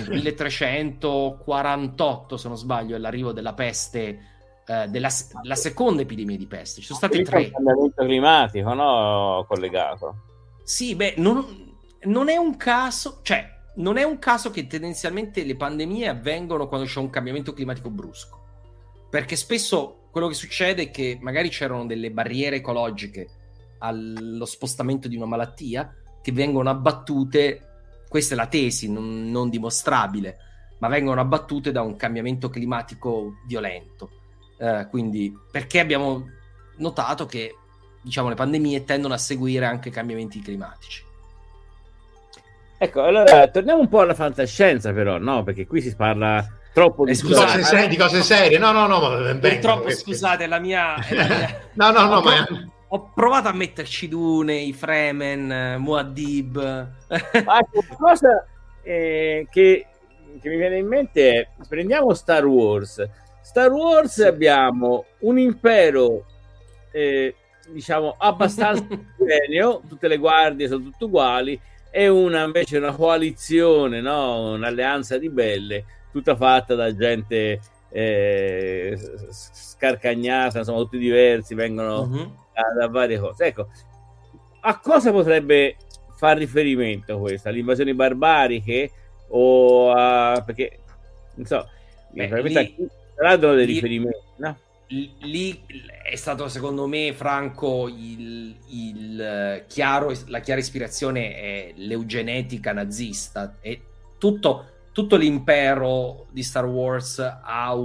1348, se non sbaglio, è l'arrivo della peste, la seconda epidemia di peste. Ci sono stati 3.
Il cambiamento climatico, no? Collegato.
Sì, beh, non è un caso, cioè non è un caso che tendenzialmente le pandemie avvengono quando c'è un cambiamento climatico brusco, perché spesso quello che succede è che magari c'erano delle barriere ecologiche allo spostamento di una malattia che vengono abbattute, questa è la tesi non dimostrabile, ma vengono abbattute da un cambiamento climatico violento. Quindi, perché abbiamo notato che, diciamo, le pandemie tendono a seguire anche cambiamenti climatici.
Ecco, allora torniamo un po' alla fantascienza, però, no? Perché qui si parla troppo di
cose serie. No, ma
purtroppo, scusate, la mia...
no, ma
ho provato a metterci Dune, i Fremen, Muad'Dib.
Una cosa che mi viene in mente è, prendiamo Star Wars, sì. Abbiamo un impero diciamo abbastanza genio, tutte le guardie sono tutte uguali, e invece una coalizione, no? Un'alleanza di belle, tutta fatta da gente scarcagnata, insomma tutti diversi, vengono da varie cose. Ecco, a cosa potrebbe far riferimento questa? Alle invasioni barbariche o perché non so, daranno dei riferimenti, no?
Lì è stato, secondo me, Franco, la chiara ispirazione è l'eugenetica nazista, e tutto l'impero di Star Wars ha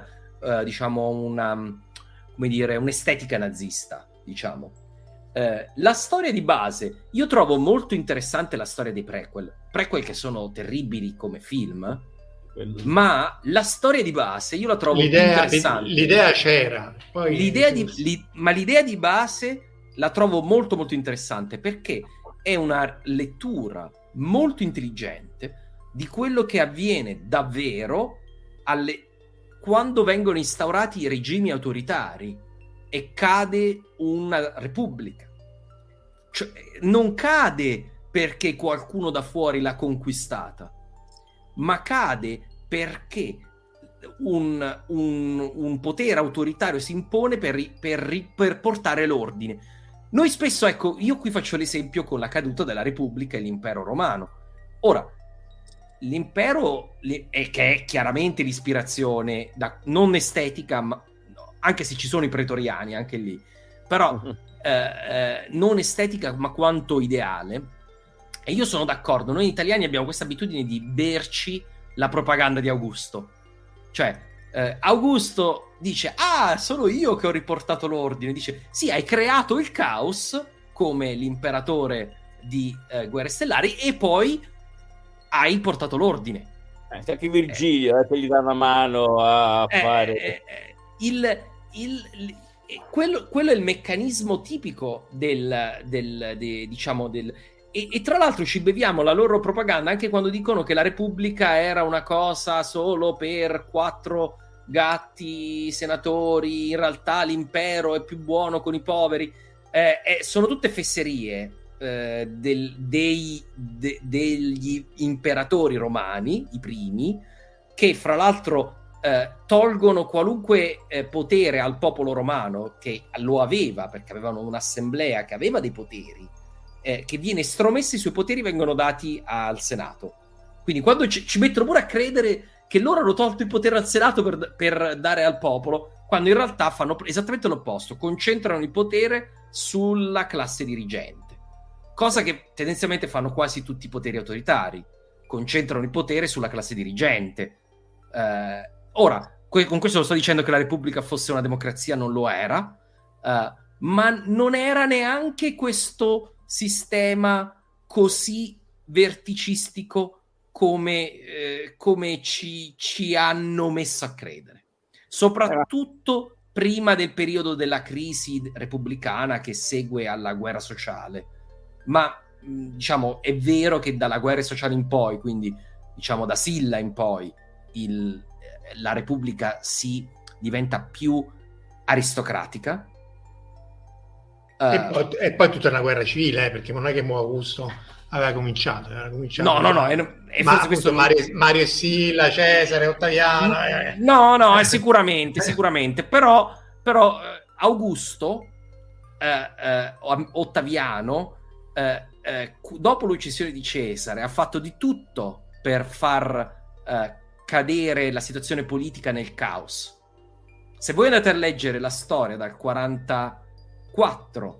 un'estetica nazista, diciamo. La storia di base, io trovo molto interessante la storia dei prequel che sono terribili come film, ma la storia di base io la trovo interessante.
L'idea c'era, poi
l'idea di base la trovo molto molto interessante, perché è una lettura molto intelligente di quello che avviene davvero quando vengono instaurati i regimi autoritari e cade una repubblica. Cioè, non cade perché qualcuno da fuori l'ha conquistata, ma cade perché un potere autoritario si impone per portare l'ordine. Noi spesso, ecco, io qui faccio l'esempio con la caduta della Repubblica e l'impero romano. Ora, l'impero che è chiaramente l'ispirazione non estetica, ma anche se ci sono i pretoriani anche lì, però non estetica ma quanto ideale, e io sono d'accordo. Noi italiani abbiamo questa abitudine di berci la propaganda di Augusto, cioè Augusto dice: sono io che ho riportato l'ordine, dice sì, hai creato il caos come l'imperatore di Guerre Stellari e poi hai portato l'ordine.
C'è anche Virgilio che gli dà una mano a fare
quello è il meccanismo tipico e tra l'altro ci beviamo la loro propaganda anche quando dicono che la Repubblica era una cosa solo per 4 gatti senatori, in realtà l'impero è più buono con i poveri. Sono tutte fesserie degli imperatori romani, i primi, che fra l'altro tolgono qualunque potere al popolo romano, che lo aveva perché avevano un'assemblea che aveva dei poteri, che viene estromessi, i suoi poteri vengono dati al Senato. Quindi quando ci mettono pure a credere che loro hanno tolto il potere al Senato per dare al popolo, quando in realtà fanno esattamente l'opposto, concentrano il potere sulla classe dirigente, cosa che tendenzialmente fanno quasi tutti i poteri autoritari, concentrano il potere sulla classe dirigente. Ora, con questo non sto dicendo che la Repubblica fosse una democrazia, non lo era, ma non era neanche questo sistema così verticistico come ci hanno messo a credere, soprattutto prima del periodo della crisi repubblicana che segue alla guerra sociale. Ma diciamo è vero che dalla guerra sociale in poi, quindi diciamo da Silla in poi, la Repubblica si diventa più aristocratica.
E poi tutta una guerra civile, perché non è che Augusto aveva cominciato.
No,
ma questo Mario e Silla, Cesare, Ottaviano.
No, sicuramente. Però Augusto, Ottaviano, dopo l'uccisione di Cesare, ha fatto di tutto per far cadere la situazione politica nel caos. Se voi andate a leggere la storia dal 44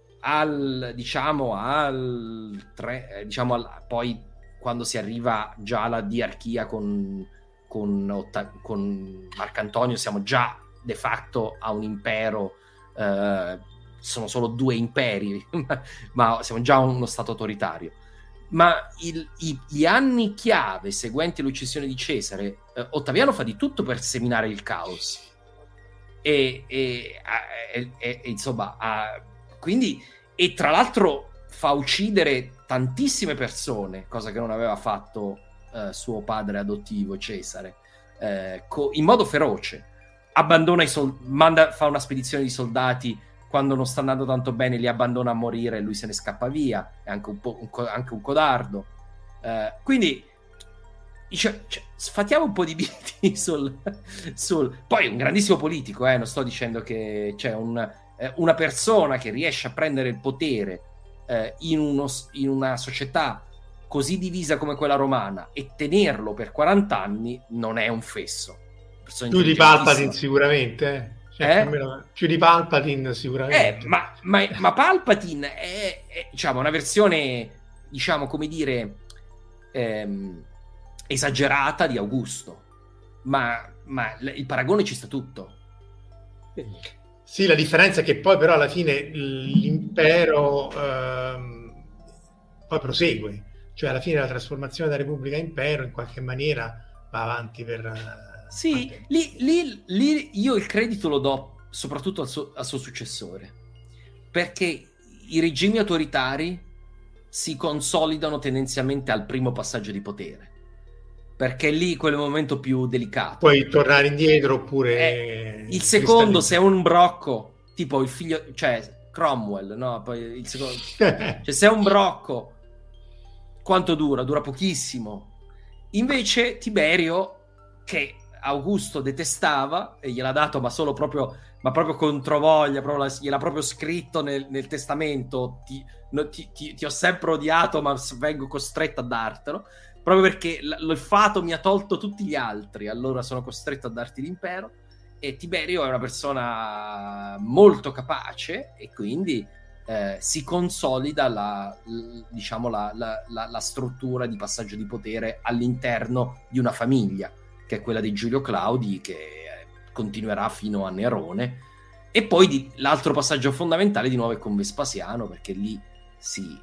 poi quando si arriva già alla diarchia con Marcantonio, siamo già de facto a un impero, sono solo 2 imperi ma siamo già uno stato autoritario. Ma gli anni chiave seguenti l'uccisione di Cesare, Ottaviano fa di tutto per seminare il caos e insomma quindi, e tra l'altro fa uccidere tantissime persone, cosa che non aveva fatto suo padre adottivo Cesare, in modo feroce. Abbandona fa una spedizione di soldati quando non sta andando tanto bene, li abbandona a morire e lui se ne scappa via, è anche un codardo. Quindi sfatiamo un po' di biti sul poi un grandissimo politico, non sto dicendo che c'è una persona che riesce a prendere il potere in una società così divisa come quella romana e tenerlo per 40 anni non è un fesso.
Più di Palpatine sicuramente, più di Palpatine sicuramente.
Ma Palpatine è diciamo una versione, diciamo, come dire, esagerata di Augusto, ma il paragone ci sta tutto.
Sì, la differenza è che poi però alla fine l'impero poi prosegue, cioè alla fine la trasformazione da Repubblica a Impero in qualche maniera va avanti per...
Sì, lì io il credito lo do soprattutto al suo successore, perché i regimi autoritari si consolidano tendenzialmente al primo passaggio di potere, perché lì quel momento più delicato.
Puoi tornare indietro oppure...
il secondo, se è un brocco, tipo il figlio, cioè Cromwell, no? Poi il secondo, cioè se è un brocco, quanto dura? Dura pochissimo. Invece Tiberio, che Augusto detestava e gliel'ha dato, ma proprio controvoglia, gliel'ha proprio scritto nel testamento, ti ho sempre odiato ma vengo costretto a dartelo, proprio perché il fato mi ha tolto tutti gli altri, allora sono costretto a darti l'impero. E Tiberio è una persona molto capace e quindi si consolida la struttura di passaggio di potere all'interno di una famiglia, che è quella di Giulio Claudi, che continuerà fino a Nerone. E poi l'altro passaggio fondamentale di nuovo è con Vespasiano, perché lì si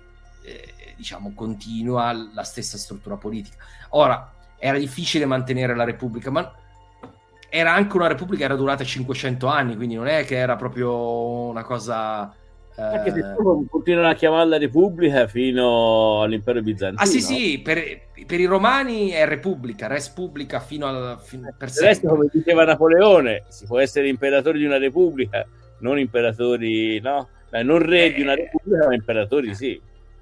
continua la stessa struttura politica. Ora, era difficile mantenere la Repubblica, ma era anche una Repubblica che era durata 500 anni, quindi non è che era proprio una cosa...
Anche se continuano a chiamarla Repubblica fino all'impero bizantino.
Ah sì, per i romani è Repubblica, res publica fino per sempre.
Resto, come diceva Napoleone, si può essere imperatori di una Repubblica, non imperatori, no? Non re di una Repubblica, ma imperatori sì.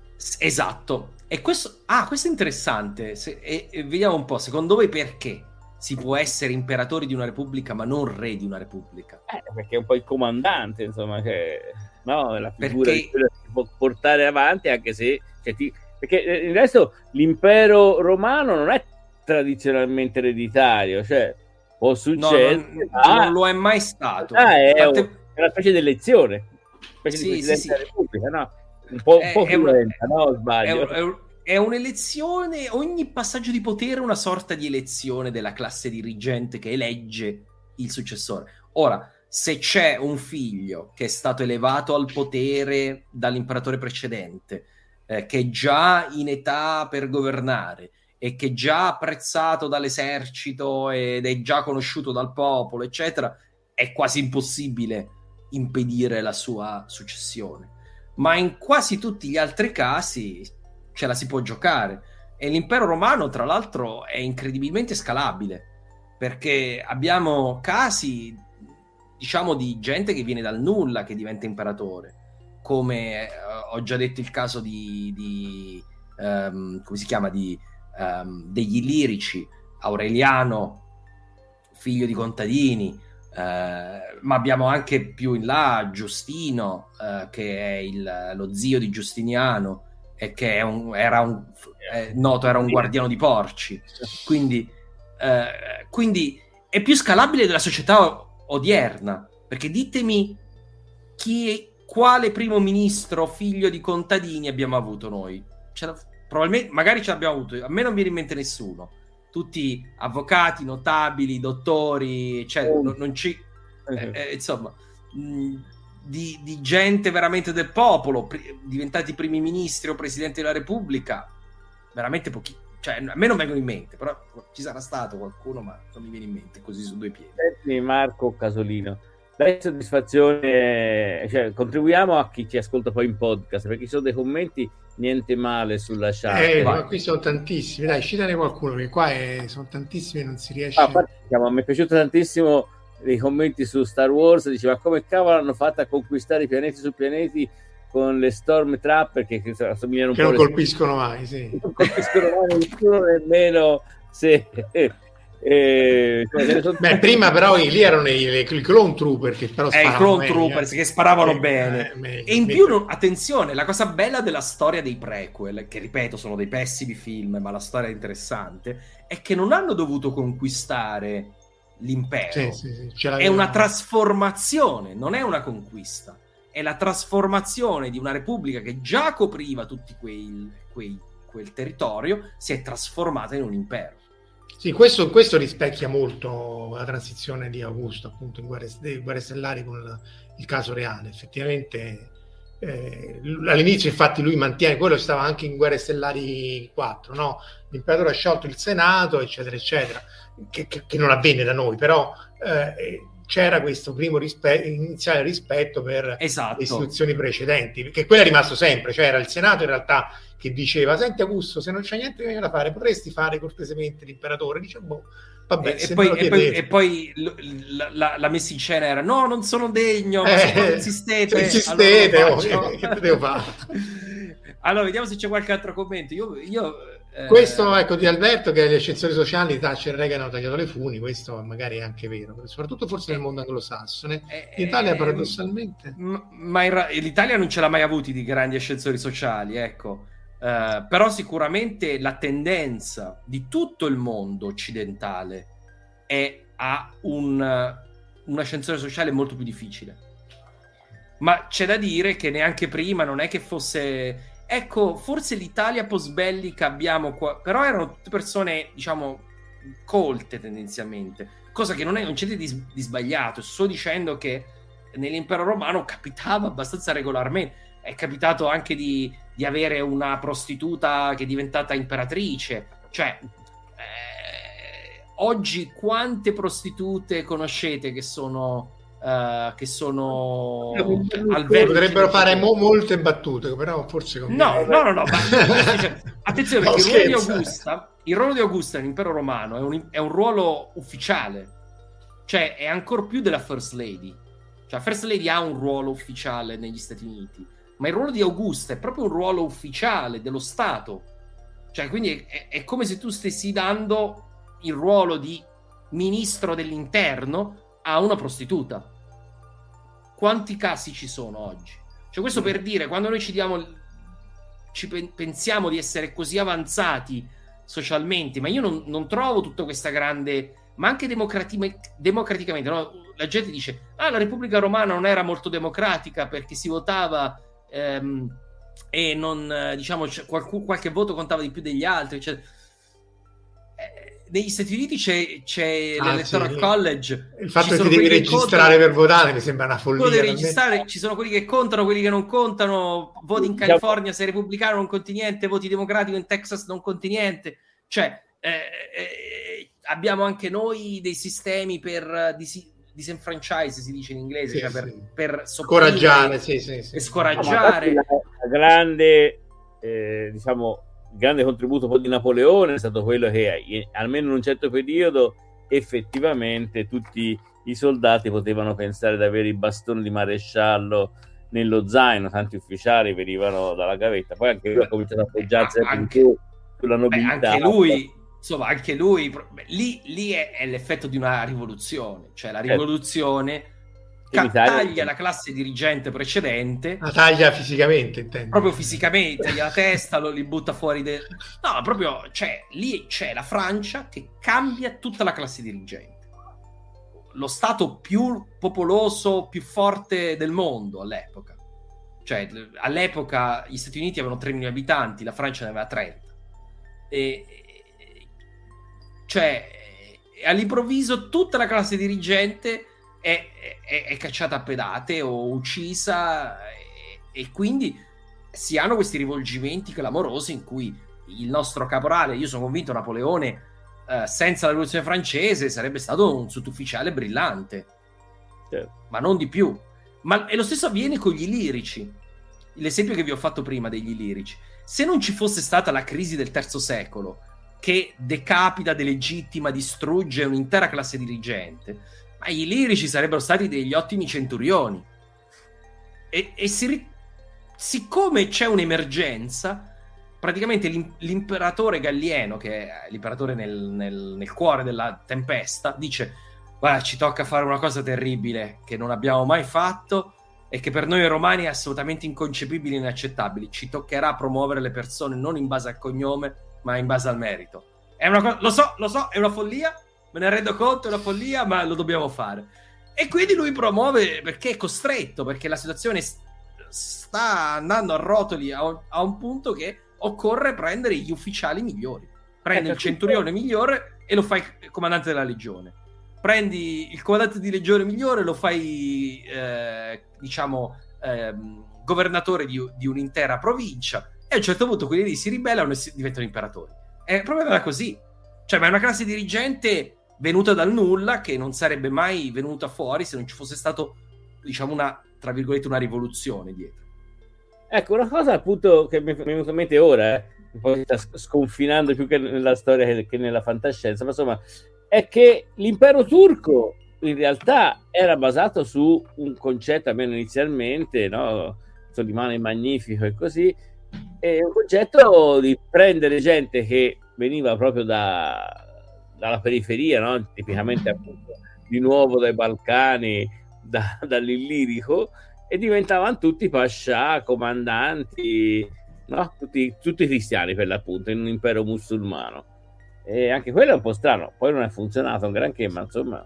Esatto. E questo è interessante. E vediamo un po', secondo voi perché si può essere imperatori di una Repubblica ma non re di una Repubblica?
Perché è un po' il comandante, insomma, che... No, è la figura che si può portare avanti, anche se perché il resto l'impero romano non è tradizionalmente ereditario, cioè può succedere,
non lo è mai stato.
È una specie di elezione, di Repubblica, no? Un po' violenta, no? Sbaglio.
È un'elezione, ogni passaggio di potere è una sorta di elezione della classe dirigente che elegge il successore. Ora, se c'è un figlio che è stato elevato al potere dall'imperatore precedente, che è già in età per governare e che è già apprezzato dall'esercito ed è già conosciuto dal popolo, eccetera, è quasi impossibile impedire la sua successione. Ma in quasi tutti gli altri casi ce la si può giocare. E l'impero romano, tra l'altro, è incredibilmente scalabile, perché abbiamo casi, diciamo, di gente che viene dal nulla che diventa imperatore, come ho già detto il caso di come si chiama, degli Illirici, Aureliano, figlio di contadini, ma abbiamo anche più in là Giustino, che è lo zio di Giustiniano e che era un guardiano di porci, quindi è più scalabile della società odierna, perché ditemi quale primo ministro figlio di contadini abbiamo avuto noi? Probabilmente, magari ce l'abbiamo avuto, a me non viene in mente nessuno, tutti avvocati, notabili, dottori, cioè non ci insomma, di gente veramente del popolo, diventati primi ministri o presidenti della Repubblica, veramente pochi. Cioè, a me non vengono in mente, però ci sarà stato qualcuno, ma non mi viene in mente così su due piedi.
Senti, Marco Casolino, dai soddisfazione, cioè, contribuiamo a chi ci ascolta poi in podcast, perché ci sono dei commenti niente male sulla chat.
Ma qui sono tantissimi, dai, citane qualcuno, perché qua sono tantissimi e non si riesce.
Mi è piaciuto tantissimo i commenti su Star Wars, diceva come cavolo hanno fatto a conquistare i pianeti su pianeti con le Stormtrooper che assomigliano un po',
che non colpiscono mai, sì.
Non colpiscono mai nessuno, nemmeno
Prima però lì erano i clone trooper che però
sparavano i clone troopers che sparavano bene. E in più, attenzione, la cosa bella della storia dei prequel, che ripeto sono dei pessimi film, ma la storia è interessante, è che non hanno dovuto conquistare l'impero. È una trasformazione, non è una conquista. È la trasformazione di una repubblica che già copriva tutti quel territorio, si è trasformata in un impero.
Sì, questo rispecchia molto la transizione di Augusto, appunto, in Guerre Stellari con il caso reale. Effettivamente all'inizio, infatti, lui mantiene, quello stava anche in Guerre Stellari 4, no? L'imperatore ha sciolto il Senato, eccetera, eccetera, che non avvenne da noi, però c'era questo primo iniziale rispetto per le istituzioni precedenti, perché quello è rimasto sempre, cioè era il Senato in realtà che diceva: senti Augusto, se non c'è niente da fare, potresti fare cortesemente l'imperatore? Dice, boh, vabbè.
E poi la messa in scena era: no, non sono degno, ma se insistete,
che devo fare?
Allora, vediamo se c'è qualche altro commento.
Questo, ecco, di Alberto, che gli ascensori sociali Thatcher e Reagan hanno tagliato le funi, questo magari è anche vero, soprattutto forse nel mondo anglosassone. In Italia paradossalmente...
Ma l'Italia non ce l'ha mai avuti di grandi ascensori sociali, ecco. Però sicuramente la tendenza di tutto il mondo occidentale è a un ascensore sociale molto più difficile. Ma c'è da dire che neanche prima non è che fosse... Ecco, forse l'Italia post-bellica abbiamo qua... Però erano tutte persone, diciamo, colte tendenzialmente. Cosa che non c'è di sbagliato. Sto dicendo che nell'impero romano capitava abbastanza regolarmente. È capitato anche di avere una prostituta che è diventata imperatrice. Cioè, oggi quante prostitute conoscete che sono al
potrebbero fare molte battute, però forse
no. Attenzione, perché il ruolo di Augusta nell'impero romano è un ruolo ufficiale, cioè è ancora più della First Lady. Cioè la First Lady ha un ruolo ufficiale negli Stati Uniti, ma il ruolo di Augusta è proprio un ruolo ufficiale dello Stato. Cioè, quindi è come se tu stessi dando il ruolo di ministro dell'interno a una prostituta. Quanti casi ci sono oggi? Cioè, questo per dire, quando noi pensiamo di essere così avanzati socialmente, ma io non trovo tutta questa grande, ma anche democraticamente, no? La gente dice: la Repubblica Romana non era molto democratica perché si votava e non, diciamo, qualche voto contava di più degli altri, cioè, negli Stati Uniti c'è l'Electoral College,
il fatto che ti devi registrare per votare mi sembra una follia.
Ci sono quelli che contano, quelli che non contano, voti in California sei repubblicano non conti niente, voti democratico in Texas non conti niente, cioè abbiamo anche noi dei sistemi per disenfranchise, si dice in inglese, cioè per
scoraggiare,
e scoraggiare.
La grande diciamo, il grande contributo poi di Napoleone è stato quello che almeno in un certo periodo effettivamente tutti i soldati potevano pensare di avere il bastone di maresciallo nello zaino, tanti ufficiali venivano dalla gavetta, poi anche lui ha cominciato a appoggiarsi sulla nobiltà.
Anche lui lì è l'effetto di una rivoluzione, cioè la rivoluzione taglia la classe dirigente precedente,
la taglia fisicamente, intendo.
Proprio fisicamente, taglia la testa, li butta fuori no, proprio, cioè lì c'è la Francia che cambia tutta la classe dirigente, lo stato più popoloso, più forte del mondo all'epoca. Cioè all'epoca gli Stati Uniti avevano 3 milioni di abitanti, la Francia ne aveva 30 cioè all'improvviso tutta la classe dirigente è cacciata a pedate o uccisa, e quindi si hanno questi rivolgimenti clamorosi in cui il nostro caporale, io sono convinto Napoleone senza la rivoluzione francese sarebbe stato un sottufficiale brillante, ma non di più. E lo stesso avviene con gli Illirici, l'esempio che vi ho fatto prima degli Illirici. Se non ci fosse stata la crisi del III secolo che decapita, delegittima, distrugge un'intera classe dirigente, ma gli Illirici sarebbero stati degli ottimi centurioni. Siccome c'è un'emergenza, praticamente l'imperatore Gallieno, che è l'imperatore nel cuore della tempesta, dice: guarda, ci tocca fare una cosa terribile che non abbiamo mai fatto e che per noi romani è assolutamente inconcepibile e inaccettabile. Ci toccherà promuovere le persone non in base al cognome, ma in base al merito. È una cosa, lo so, è una follia, me ne rendo conto, è una follia, ma lo dobbiamo fare. E quindi lui promuove, perché è costretto, perché la situazione sta andando a rotoli a un punto che occorre prendere gli ufficiali migliori. Prendi il centurione migliore e lo fai comandante della legione. Prendi il comandante di legione migliore e lo fai governatore di un'intera provincia, e a un certo punto quelli lì si ribellano e diventano imperatori. È proprio così, cioè, ma è una classe dirigente venuta dal nulla, che non sarebbe mai venuta fuori se non ci fosse stato, diciamo, una, tra virgolette, una rivoluzione dietro.
Ecco, una cosa appunto che mi è venuta in mente ora, poi sta sconfinando più che nella storia che nella fantascienza, ma insomma, è che l'impero turco in realtà era basato su un concetto, almeno inizialmente, no? Solimano il Magnifico e così, è un concetto di prendere gente che veniva proprio dalla periferia, no? Tipicamente appunto di nuovo dai Balcani, dall'Illirico, e diventavano tutti pascià, comandanti, no? Tutti cristiani per l'appunto, in un impero musulmano. E anche quello è un po' strano, poi non è funzionato un granché, ma insomma...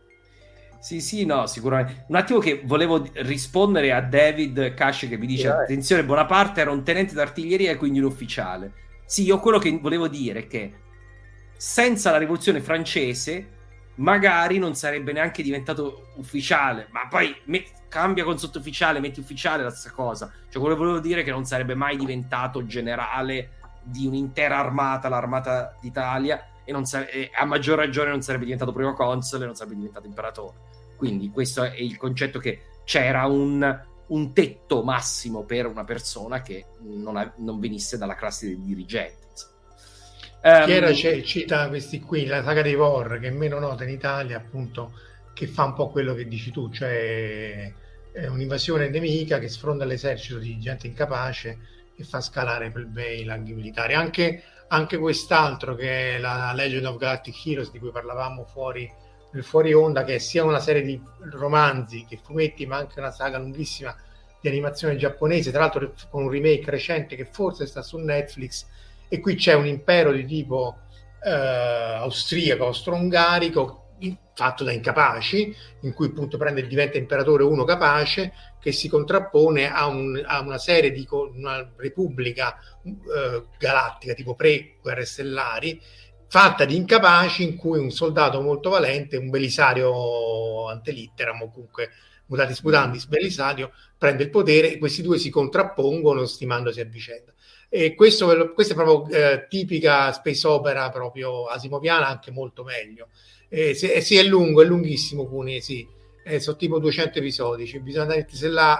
Sì, no, sicuramente. Un attimo che volevo rispondere a David Cash che mi dice: attenzione, Bonaparte era un tenente d'artiglieria e quindi un ufficiale. Sì, io quello che volevo dire è che senza la rivoluzione francese magari non sarebbe neanche diventato ufficiale, ma poi cambia con sottufficiale, metti ufficiale, la stessa cosa. Cioè, quello che volevo dire è che non sarebbe mai diventato generale di un'intera armata, l'armata d'Italia, e a maggior ragione non sarebbe diventato primo console, non sarebbe diventato imperatore. Quindi questo è il concetto, che c'era un tetto massimo per una persona che non venisse dalla classe dei dirigenti.
Chiara cita questi qui, la saga dei Vor, che è meno nota in Italia, appunto, che fa un po' quello che dici tu, cioè è un'invasione nemica che sfronda l'esercito di gente incapace e fa scalare plebei, langhi militari. Anche quest'altro, che è la Legend of Galactic Heroes, di cui parlavamo fuori onda, che è sia una serie di romanzi che fumetti, ma anche una saga lunghissima di animazione giapponese, tra l'altro con un remake recente che forse sta su Netflix. E qui c'è un impero di tipo austriaco, austro-ungarico, fatto da incapaci, in cui appunto diventa imperatore uno capace, che si contrappone a una serie di una repubblica galattica, tipo pre-guerre stellari, fatta di incapaci, in cui un soldato molto valente, un Belisario antelitteram, o comunque mutatis mutandis Belisario, prende il potere, e questi due si contrappongono stimandosi a vicenda. E questo è proprio tipica space opera, proprio asimoviana, anche molto meglio. Sì, è lunghissimo, Cuni, sì. Sono tipo 200 episodi, bisogna andare se là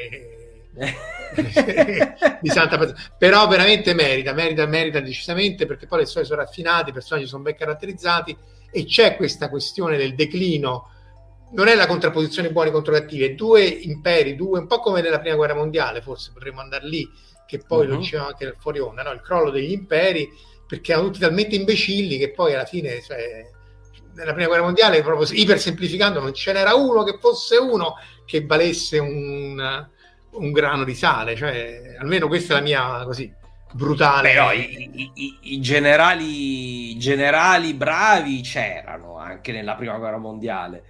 di santa, però veramente merita decisamente, perché poi le storie sono raffinate, i personaggi sono ben caratterizzati, e c'è questa questione del declino. Non è la contrapposizione buoni contro cattivi, è due imperi, un po' come nella prima guerra mondiale, forse potremmo andare lì, che poi lo dicevamo anche nel fuori onda, no? Il crollo degli imperi, perché erano tutti talmente imbecilli che poi alla fine, cioè, nella prima guerra mondiale, proprio ipersemplificando, non ce n'era uno che fosse uno che valesse un grano di sale, cioè, almeno questa è la mia, così, brutale.
Però i generali bravi c'erano anche nella prima guerra mondiale,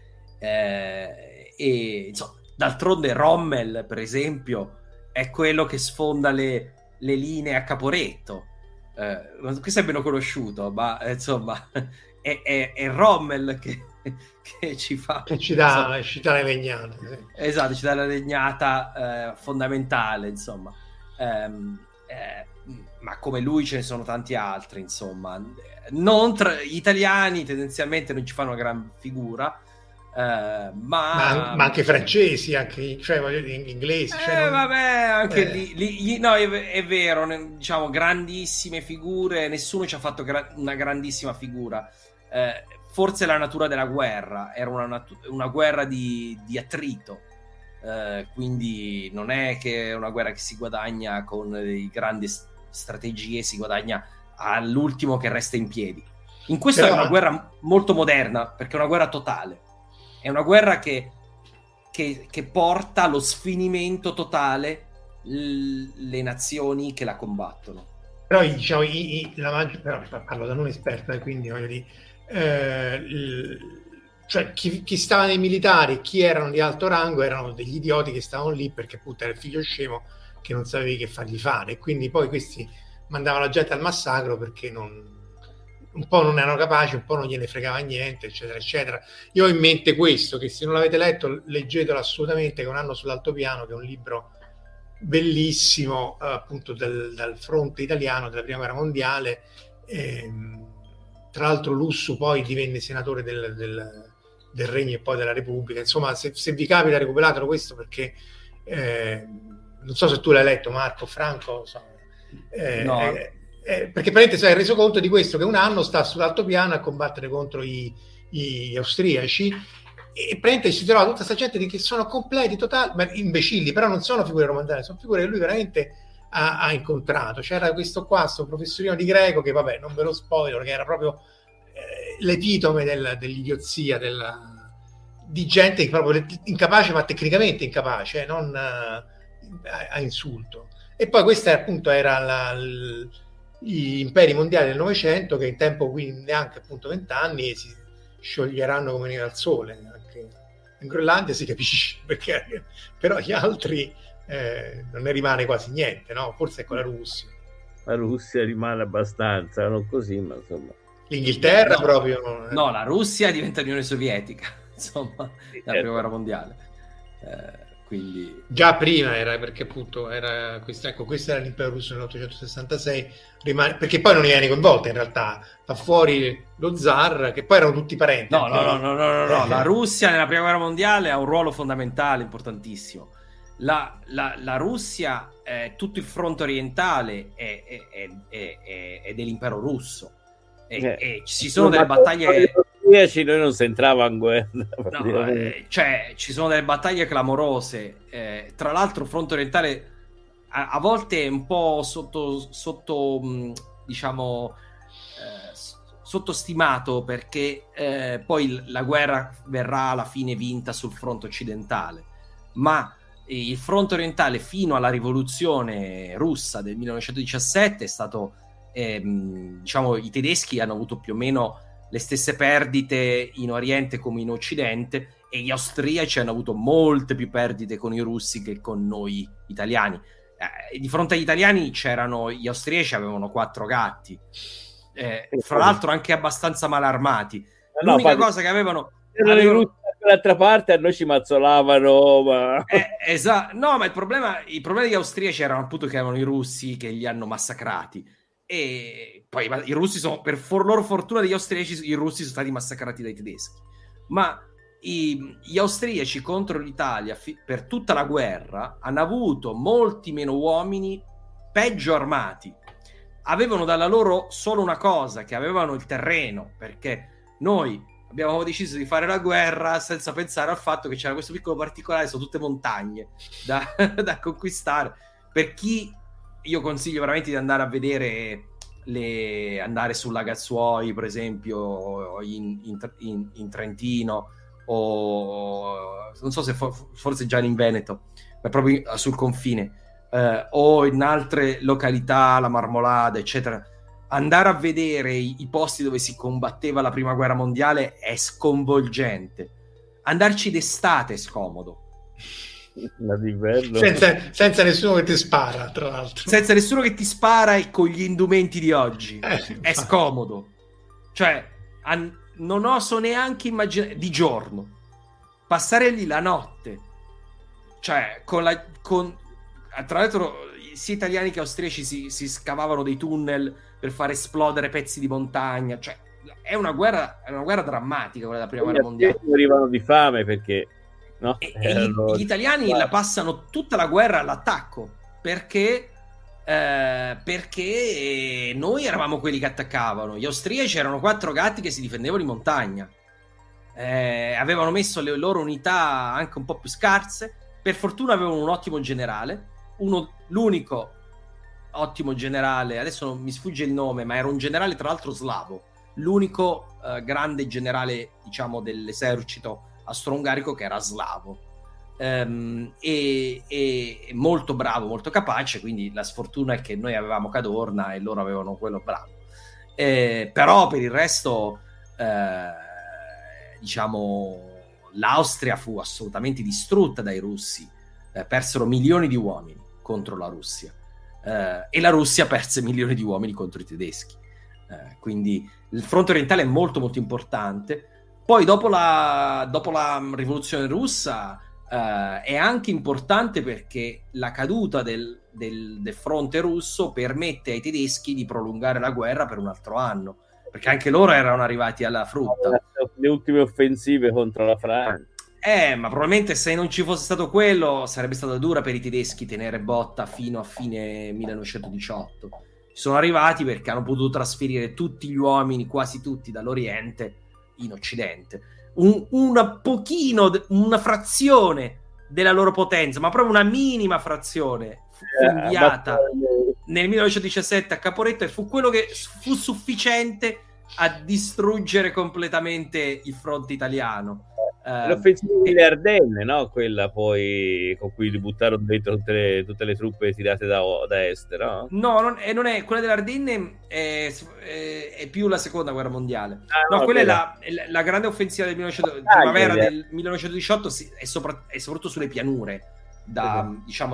e insomma, d'altronde Rommel, per esempio, è quello che sfonda le linee a Caporetto. Questo è meno conosciuto, ma insomma è Rommel che ci fa,
che ci dà la legnata. Sì.
Esatto, ci dà la legnata fondamentale, insomma. Ma come lui ce ne sono tanti altri, insomma. Gli italiani tendenzialmente non ci fanno una gran figura, ma
anche francesi, anche, cioè, inglesi, cioè
anche lì no, è vero, diciamo, grandissime figure, nessuno ci ha fatto una grandissima figura. Forse la natura della guerra era una guerra di attrito, quindi non è che è una guerra che si guadagna con dei grandi strategie, si guadagna all'ultimo che resta in piedi. In questo è una guerra molto moderna, perché è una guerra totale, è una guerra che porta allo sfinimento totale le nazioni che la combattono.
Però diciamo, però parlo da non esperto, quindi voglio dire, cioè chi stava nei militari, chi erano di alto rango, erano degli idioti che stavano lì perché appunto era il figlio scemo che non sapevi che fargli fare, quindi poi questi mandavano la gente al massacro perché un po' non erano capaci, un po' non gliene fregava niente, eccetera eccetera. Io ho in mente questo, che se non l'avete letto leggetelo assolutamente, che è Un anno sull'altopiano, che è un libro bellissimo appunto dal fronte italiano della prima guerra mondiale. Tra l'altro Lussu poi divenne senatore del Regno e poi della Repubblica. Insomma, se vi capita recuperatelo questo, perché non so se tu l'hai letto, Marco, Franco,
no.
Perché praticamente si è reso conto di questo, che un anno sta sull'altopiano a combattere contro gli austriaci, e praticamente si trova tutta questa gente che sono completi, totali, imbecilli, però non sono figure romanzane, sono figure che lui veramente ha incontrato. C'era questo professorino di greco che, vabbè, non ve lo spoiler, che era proprio l'epitome dell'idiozia, di gente proprio incapace, ma tecnicamente incapace, non a insulto. E poi questa appunto era gli imperi mondiali del Novecento, che in tempo quindi neanche appunto 20 anni si scioglieranno come neve al sole. Anche in Groenlandia si capisce perché, però gli altri non ne rimane quasi niente, no? Forse con la Russia.
La Russia rimane abbastanza, non così, ma insomma.
L'Inghilterra proprio.
No, la Russia diventa Unione Sovietica, insomma, la prima guerra mondiale. Quindi
già prima era, perché appunto era questo era l'impero russo nell'866, perché poi non viene coinvolta in realtà, fa fuori lo zar, che poi erano tutti parenti.
No, la Russia nella prima guerra mondiale ha un ruolo fondamentale, importantissimo. La Russia, tutto il fronte orientale è dell'impero russo, e ci sono delle battaglie.
Noi non si entrava in guerra,
cioè ci sono delle battaglie clamorose, tra l'altro il fronte orientale a volte è un po' diciamo sottostimato, perché poi la guerra verrà alla fine vinta sul fronte occidentale, ma il fronte orientale fino alla rivoluzione russa del 1917 è stato diciamo, i tedeschi hanno avuto più o meno le stesse perdite in Oriente come in Occidente, e gli austriaci hanno avuto molte più perdite con i russi che con noi italiani. Di fronte agli italiani gli austriaci avevano 4 gatti, fra l'altro anche abbastanza mal armati. L'unica cosa che avevano
dall'altra parte a noi ci mazzolavano, ma
esatto. No, ma il problema degli austriaci erano appunto che avevano i russi che li hanno massacrati. E poi i russi sono, per loro fortuna degli austriaci, i russi sono stati massacrati dai tedeschi, ma gli austriaci contro l'Italia per tutta la guerra hanno avuto molti meno uomini, peggio armati, avevano dalla loro solo una cosa, che avevano il terreno, perché noi abbiamo deciso di fare la guerra senza pensare al fatto che c'era questo piccolo particolare, sono tutte montagne da conquistare. Per chi, io consiglio veramente di andare a vedere andare sulla Gazzuoi, per esempio, in Trentino, o non so se forse già in Veneto, ma proprio sul confine, o in altre località, la Marmolada, eccetera. Andare a vedere i posti dove si combatteva la prima guerra mondiale è sconvolgente. Andarci d'estate è scomodo.
Senza nessuno che ti spara, tra l'altro.
Senza nessuno che ti spara, e con gli indumenti di oggi è scomodo. Cioè, non oso neanche immaginare di giorno passare lì la notte. Cioè, tra l'altro, sia italiani che austriaci si scavavano dei tunnel per far esplodere pezzi di montagna. Cioè, è una guerra drammatica quella della prima guerra mondiale.
Morivano di fame perché no?
Gli italiani la passano tutta la guerra all'attacco, perché noi eravamo quelli che attaccavano. Gli austriaci erano 4 gatti che si difendevano in montagna, avevano messo le loro unità anche un po' più scarse. Per fortuna avevano un ottimo generale, l'unico ottimo generale, adesso non mi sfugge il nome, ma era un generale tra l'altro slavo, l'unico grande generale, diciamo, dell'esercito austro-ungarico che era slavo, e molto bravo, molto capace, quindi la sfortuna è che noi avevamo Cadorna e loro avevano quello bravo, però per il resto diciamo l'Austria fu assolutamente distrutta dai russi, persero milioni di uomini contro la Russia, e la Russia perse milioni di uomini contro i tedeschi, quindi il fronte orientale è molto molto importante. Poi dopo la rivoluzione russa è anche importante perché la caduta del fronte russo permette ai tedeschi di prolungare la guerra per un altro anno, perché anche loro erano arrivati alla frutta.
Le ultime offensive contro la Francia.
Ma probabilmente se non ci fosse stato quello sarebbe stata dura per i tedeschi tenere botta fino a fine 1918. Sono arrivati perché hanno potuto trasferire tutti gli uomini, quasi tutti, dall'Oriente in Occidente. Una frazione della loro potenza, ma proprio una minima frazione, fu inviata nel 1917 a Caporetto, e fu quello che fu sufficiente a distruggere completamente il fronte italiano.
L'offensiva delle Ardenne, no? Quella poi con cui buttarono dentro tutte le truppe tirate da est, no?
No, non è quella delle Ardenne, è più la seconda guerra mondiale. Quella è la grande offensiva del primavera del 1918, è soprattutto sulle pianure diciamo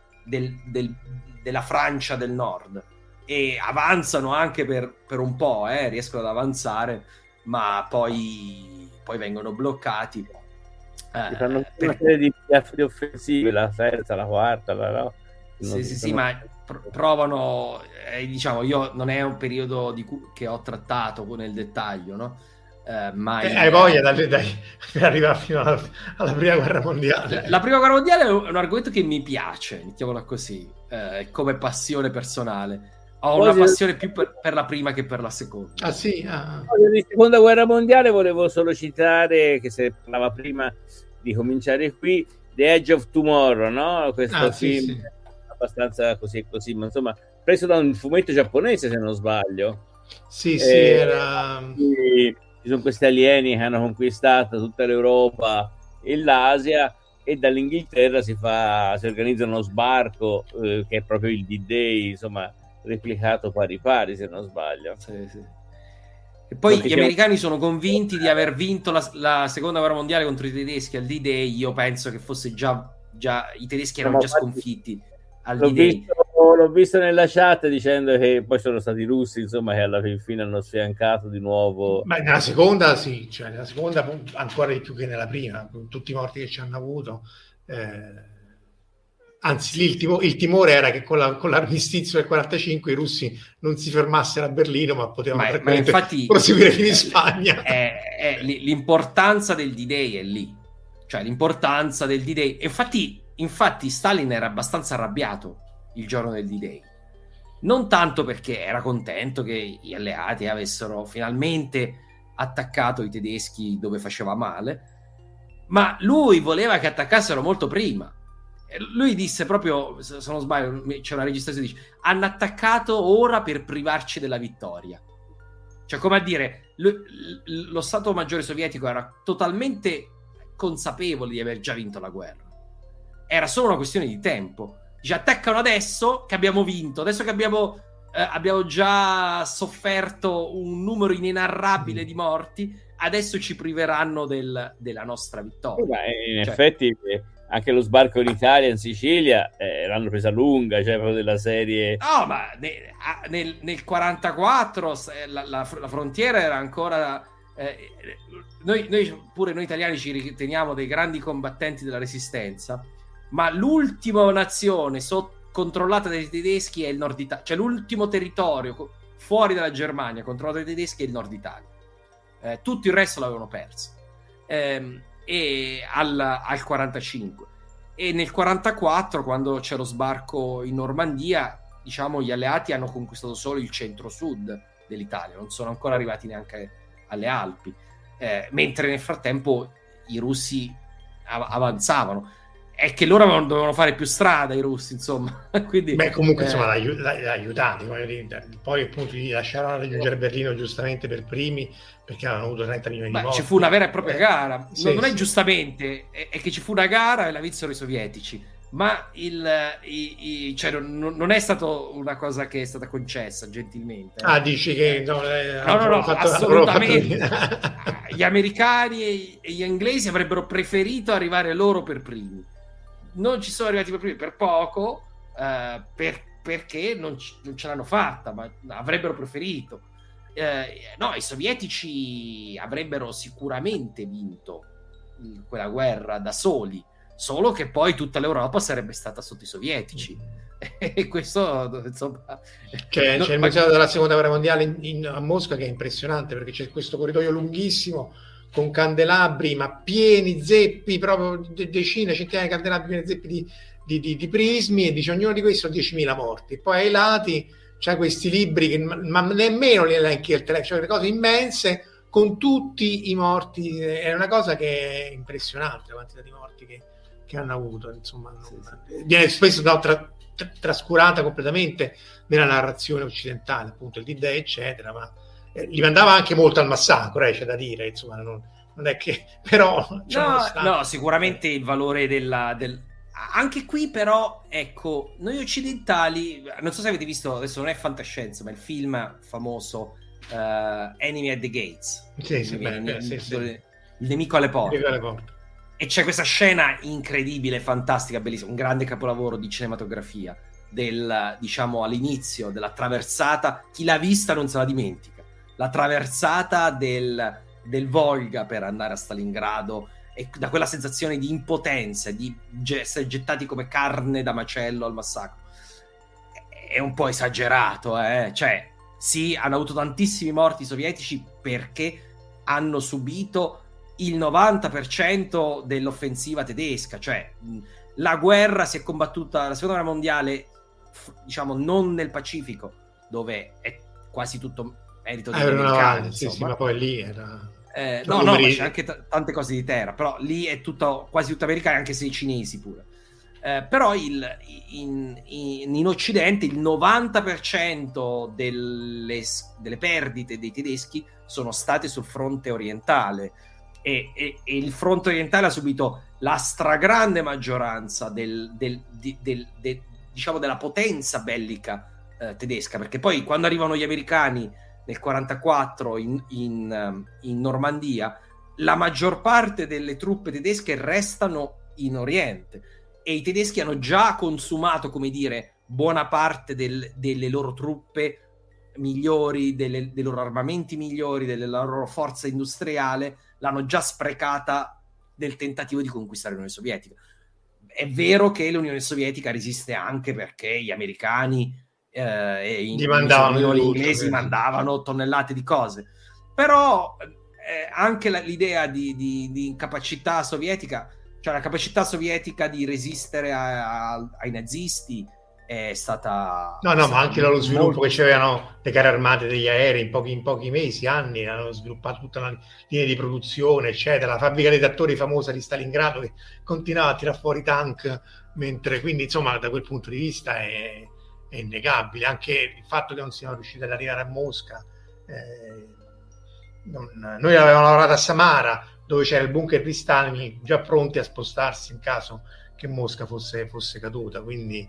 della Francia del nord, e avanzano anche per un po', riescono ad avanzare, ma poi vengono bloccati.
Fanno una serie di offensive, la terza, la quarta, no?
Sì, ma provano, diciamo, io non è un periodo che ho trattato nel dettaglio, no?
Hai voglia di arrivare fino alla prima guerra mondiale.
La prima guerra mondiale è un argomento che mi piace, mettiamola così, come passione personale. Ho una passione più per la prima che per la seconda.
Ah sì?
Di seconda guerra mondiale volevo solo citare, che se parlava prima di cominciare qui, The Edge of Tomorrow, no? Questo film sì. Abbastanza così, ma insomma preso da un fumetto giapponese, se non sbaglio.
Sì, era...
Ci sono questi alieni che hanno conquistato tutta l'Europa e l'Asia, e dall'Inghilterra si organizza uno sbarco che è proprio il D-Day, insomma, replicato pari pari, se non sbaglio.
Sì. E poi gli americani sono convinti di aver vinto la seconda guerra mondiale contro i tedeschi al D-Day. Io penso che fosse già i tedeschi erano già sconfitti al D-Day.
L'ho visto nella chat dicendo che poi sono stati i russi, insomma, che alla fine hanno sfiancato di nuovo.
Ma nella seconda sì, cioè nella seconda ancora di più che nella prima, con tutti i morti che ci hanno avuto. Anzi, lì il timore era che con l'armistizio del 45 i russi non si fermassero a Berlino, ma potevano
infatti
proseguire fino in Spagna.
L'importanza del D-Day è lì, cioè l'importanza del D-Day. Infatti Stalin era abbastanza arrabbiato il giorno del D-Day, non tanto perché era contento che gli alleati avessero finalmente attaccato i tedeschi dove faceva male, ma lui voleva che attaccassero molto prima. Lui disse proprio, se non sbaglio, c'è una registrazione che dice: hanno attaccato ora per privarci della vittoria. Cioè, come a dire, lo Stato Maggiore sovietico era totalmente consapevole di aver già vinto la guerra, era solo una questione di tempo. Dice: attaccano adesso che abbiamo vinto, adesso che abbiamo già sofferto un numero inenarrabile di morti, adesso ci priveranno della nostra vittoria.
In effetti anche lo sbarco in Italia, in Sicilia, l'hanno presa lunga, cioè proprio della serie.
No, ma nel 44 la frontiera era ancora. Noi italiani ci riteniamo dei grandi combattenti della resistenza, ma l'ultima nazione controllata dai tedeschi è il Nord Italia, cioè l'ultimo territorio fuori dalla Germania controllato dai tedeschi è il Nord Italia. Tutto il resto l'avevano perso. E al 45, e nel 44, quando c'è lo sbarco in Normandia, diciamo, gli alleati hanno conquistato solo il centro-sud dell'Italia, non sono ancora arrivati neanche alle Alpi, mentre nel frattempo i russi avanzavano. è che loro dovevano fare più strada, i russi, insomma. Quindi,
comunque insomma aiutati, poi appunto gli lasciarono raggiungere Berlino giustamente per primi, perché avevano avuto 30 milioni di morti.
Ci fu una vera e propria gara, non è
sì.
giustamente, è che ci fu una gara e la vinsero i sovietici, ma cioè non è stato una cosa che è stata concessa gentilmente.
Dici che
no, assolutamente. Gli americani e gli inglesi avrebbero preferito arrivare loro per primi. Non ci sono arrivati per primi per poco, perché non ce l'hanno fatta, ma avrebbero preferito. No, i sovietici avrebbero sicuramente vinto quella guerra da soli, solo che poi tutta l'Europa sarebbe stata sotto i sovietici. E questo, insomma,
c'è il museo della seconda guerra mondiale a Mosca, che è impressionante, perché c'è questo corridoio lunghissimo con candelabri ma pieni zeppi, proprio decine, centinaia di candelabri pieni zeppi di prismi, e dice ognuno di questi sono 10.000 morti. Poi ai lati c'è questi libri che ma nemmeno li elenchi al telefono, cioè le cose immense con tutti i morti. È una cosa che è impressionante, la quantità di morti che hanno avuto, insomma. Viene spesso trascurata completamente nella narrazione occidentale, appunto il D-Day eccetera, ma li mandava anche molto al massacro, c'è da dire, insomma, non è che però
no, sicuramente il valore anche qui, però ecco, noi occidentali, non so se avete visto, adesso non è fantascienza, ma il film famoso Enemy at the Gates, il nemico alle porte. E c'è questa scena incredibile, fantastica, bellissima, un grande capolavoro di cinematografia diciamo all'inizio della traversata. Chi l'ha vista non se la dimentica, la traversata del Volga per andare a Stalingrado, e da quella sensazione di impotenza, di essere gettati come carne da macello al massacro. È un po' esagerato, cioè sì, hanno avuto tantissimi morti sovietici perché hanno subito il 90% dell'offensiva tedesca, cioè la guerra si è combattuta, la seconda guerra mondiale, diciamo, non nel Pacifico, dove è quasi tutto merito degli americani,
sì, ma poi lì era
no, c'è anche tante cose di terra, però lì è tutto, quasi tutto americano, anche se i cinesi pure. Però in Occidente il 90% delle perdite dei tedeschi sono state sul fronte orientale, e il fronte orientale ha subito la stragrande maggioranza diciamo della potenza bellica tedesca, perché poi quando arrivano gli americani nel 44 in Normandia, la maggior parte delle truppe tedesche restano in Oriente, e i tedeschi hanno già consumato, come dire, buona parte delle loro truppe migliori, dei loro armamenti migliori, della loro forza industriale, l'hanno già sprecata nel tentativo di conquistare l'Unione Sovietica. È vero che l'Unione Sovietica resiste anche perché gli americani e gli inglesi mandavano tonnellate di cose, però anche l'idea di incapacità sovietica, cioè la capacità sovietica di resistere ai nazisti è stata
ma anche lo sviluppo che c'erano le carri armate degli aerei in pochi mesi, anni, hanno sviluppato tutta una linea di produzione eccetera, la fabbrica dei trattori famosa di Stalingrado che continuava a tirare fuori tank, quindi insomma da quel punto di vista è innegabile. Anche il fatto che non siano riusciti ad arrivare a Mosca, noi avevamo lavorato a Samara, dove c'era il bunker di Stalin, già pronti a spostarsi in caso che Mosca fosse caduta, quindi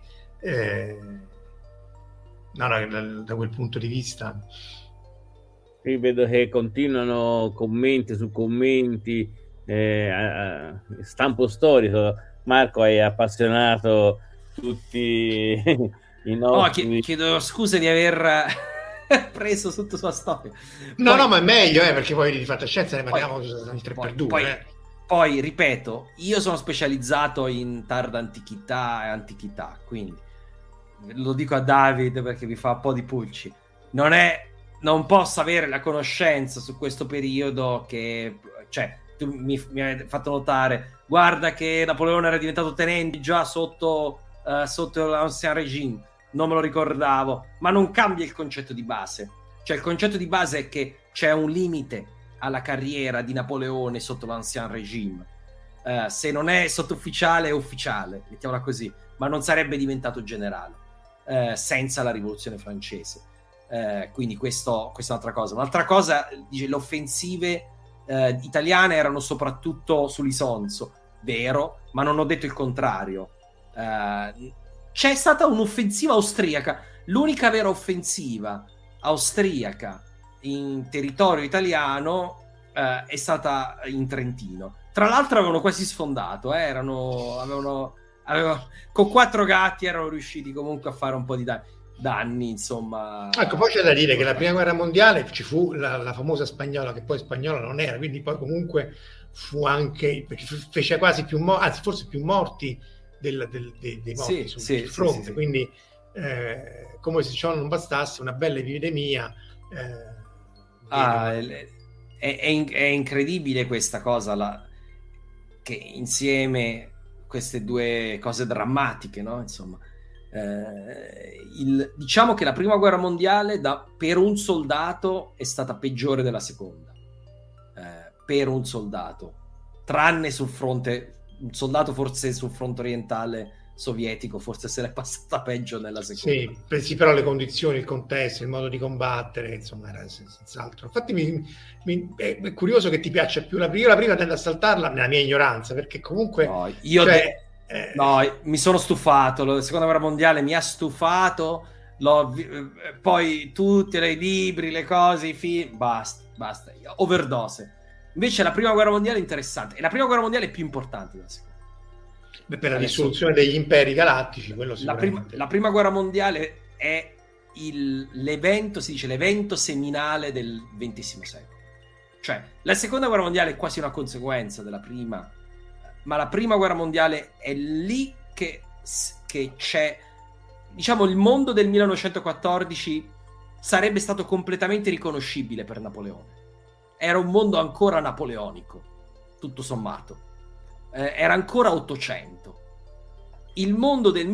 da quel punto di vista
qui vedo che continuano commenti su commenti, stampo storico. Marco, hai appassionato tutti i nostri...
chiedo scusa di aver preso sotto sua storia.
No, ma è meglio, perché poi di fantascienza ne parliamo 3x2.
Poi ripeto, io sono specializzato in tarda antichità e antichità, quindi lo dico a David perché mi fa un po' di pulci. Non posso avere la conoscenza su questo periodo che, cioè, tu mi hai fatto notare, guarda che Napoleone era diventato tenente già sotto l'Ancien Régime, non me lo ricordavo, ma non cambia il concetto di base. Cioè il concetto di base è che c'è un limite alla carriera di Napoleone sotto l'Ancien Régime. se non è sottufficiale è ufficiale, mettiamola così, ma non sarebbe diventato generale senza la rivoluzione francese. Quindi questa è un'altra cosa. Un'altra cosa, dice, le offensive italiane erano soprattutto sull'Isonzo, vero, ma non ho detto il contrario. C'è stata un'offensiva austriaca, l'unica vera offensiva austriaca in territorio italiano è stata in Trentino. Tra l'altro avevano quasi sfondato, avevano con 4 gatti erano riusciti comunque a fare un po' di danni, insomma.
Ecco, poi c'è da dire che la prima guerra mondiale ci fu la famosa spagnola, che poi spagnola non era, quindi poi comunque fu anche, perché fece quasi più anzi forse più morti dei morti sul fronte, sì. Quindi come se ciò non bastasse, una bella epidemia.
È incredibile questa cosa, che insieme queste due cose drammatiche, no? Insomma, diciamo che la prima guerra mondiale per un soldato è stata peggiore della seconda, per un soldato, tranne sul fronte, un soldato forse sul fronte orientale sovietico forse se l'è passata peggio nella seconda.
Sì, però le condizioni, il contesto, il modo di combattere, insomma, era senz'altro. Infatti è curioso che ti piaccia più la prima. La prima tendo a saltarla nella mia ignoranza, perché comunque
mi sono stufato. La seconda guerra mondiale mi ha stufato. Poi tutti i libri, le cose, i film, basta, overdose. Invece la prima guerra mondiale è interessante, e la prima guerra mondiale è più importante della seconda.
Per la dissoluzione degli imperi galattici, quello sicuramente.
La prima guerra mondiale è l'evento, si dice l'evento seminale del XX secolo. Cioè, la seconda guerra mondiale è quasi una conseguenza della prima, ma la prima guerra mondiale è lì che c'è, diciamo, il mondo del 1914 sarebbe stato completamente riconoscibile per Napoleone. Era un mondo ancora napoleonico, tutto sommato. Era ancora 800. Il mondo del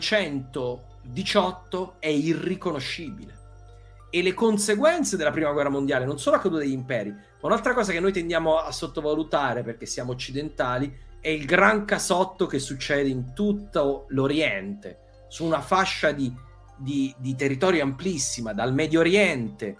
1918 è irriconoscibile, e le conseguenze della prima guerra mondiale non solo a caduta degli imperi, ma un'altra cosa che noi tendiamo a sottovalutare perché siamo occidentali è il gran casotto che succede in tutto l'Oriente, su una fascia di territorio amplissima, dal Medio Oriente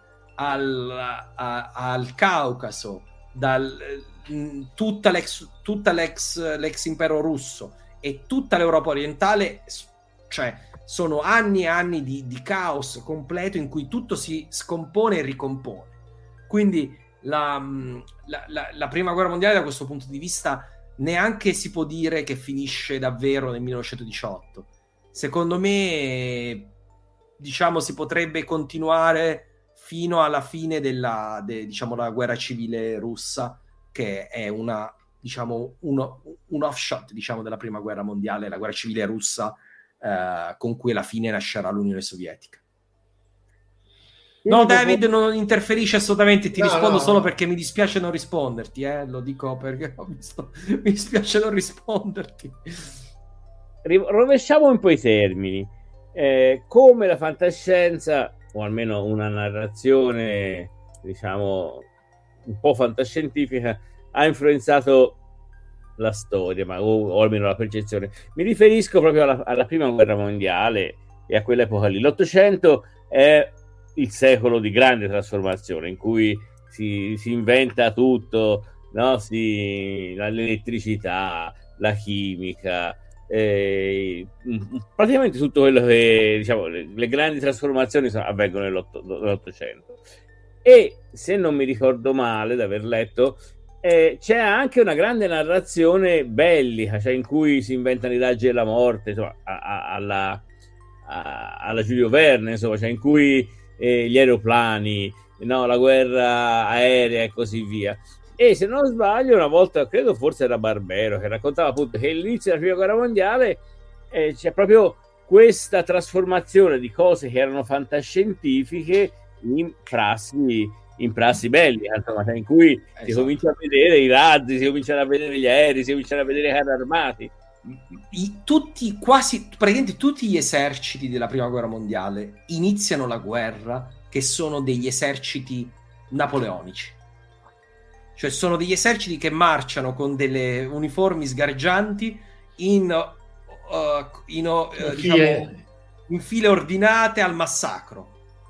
al Caucaso, tutta l'ex impero russo e tutta l'Europa orientale. Cioè, sono anni e anni di caos completo in cui tutto si scompone e ricompone. Quindi la prima guerra mondiale, da questo punto di vista, neanche si può dire che finisce davvero nel 1918. Secondo me, diciamo, si potrebbe continuare fino alla fine della guerra civile russa, che è un offshot, diciamo, della prima guerra mondiale, la guerra civile russa, con cui alla fine nascerà l'Unione Sovietica. No, David non interferisce assolutamente, rispondo solo perché mi dispiace non risponderti, lo dico perché mi dispiace non risponderti.
Rovesciamo un po' i termini. Come la fantascienza, o almeno una narrazione, diciamo, un po' fantascientifica, ha influenzato la storia, o almeno la percezione. Mi riferisco proprio alla prima guerra mondiale e a quell'epoca lì. L'Ottocento è il secolo di grande trasformazione, in cui si inventa tutto, no? L'elettricità, la chimica, praticamente tutto quello che, diciamo, le grandi trasformazioni avvengono nell'Ottocento. E se non mi ricordo male, da aver letto, c'è anche una grande narrazione bellica, cioè in cui si inventano i raggi della morte, insomma, alla Giulio Verne, insomma, cioè in cui gli aeroplani, no, la guerra aerea e così via. E se non sbaglio, una volta, credo forse era Barbero, che raccontava appunto che all'inizio della prima guerra mondiale c'è proprio questa trasformazione di cose che erano fantascientifiche in prassi belli, insomma, in cui si comincia a vedere i razzi, si cominciano a vedere gli aerei, si cominciano a vedere i carri armati.
Praticamente tutti gli eserciti della prima guerra mondiale iniziano la guerra che sono degli eserciti napoleonici. Cioè sono degli eserciti che marciano con delle uniformi sgargianti in file ordinate al massacro.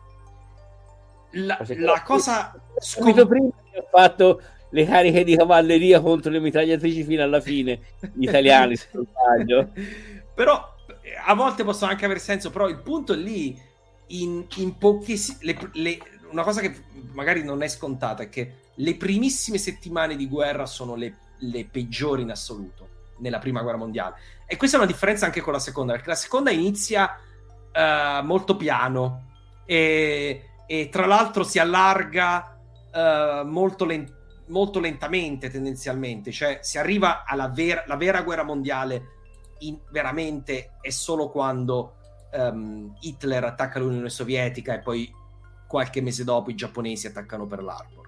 La cosa
prima che ho fatto le cariche di cavalleria contro le mitragliatrici fino alla fine, gli italiani, se non sbaglio.
Però a volte possono anche avere senso, però il punto è lì, in una cosa che magari non è scontata è che le primissime settimane di guerra sono le peggiori in assoluto nella prima guerra mondiale, e questa è una differenza anche con la seconda, perché la seconda inizia molto piano e tra l'altro si allarga molto lentamente tendenzialmente, cioè si arriva alla la vera guerra mondiale veramente è solo quando Hitler attacca l'Unione Sovietica e poi qualche mese dopo i giapponesi attaccano Pearl Harbor.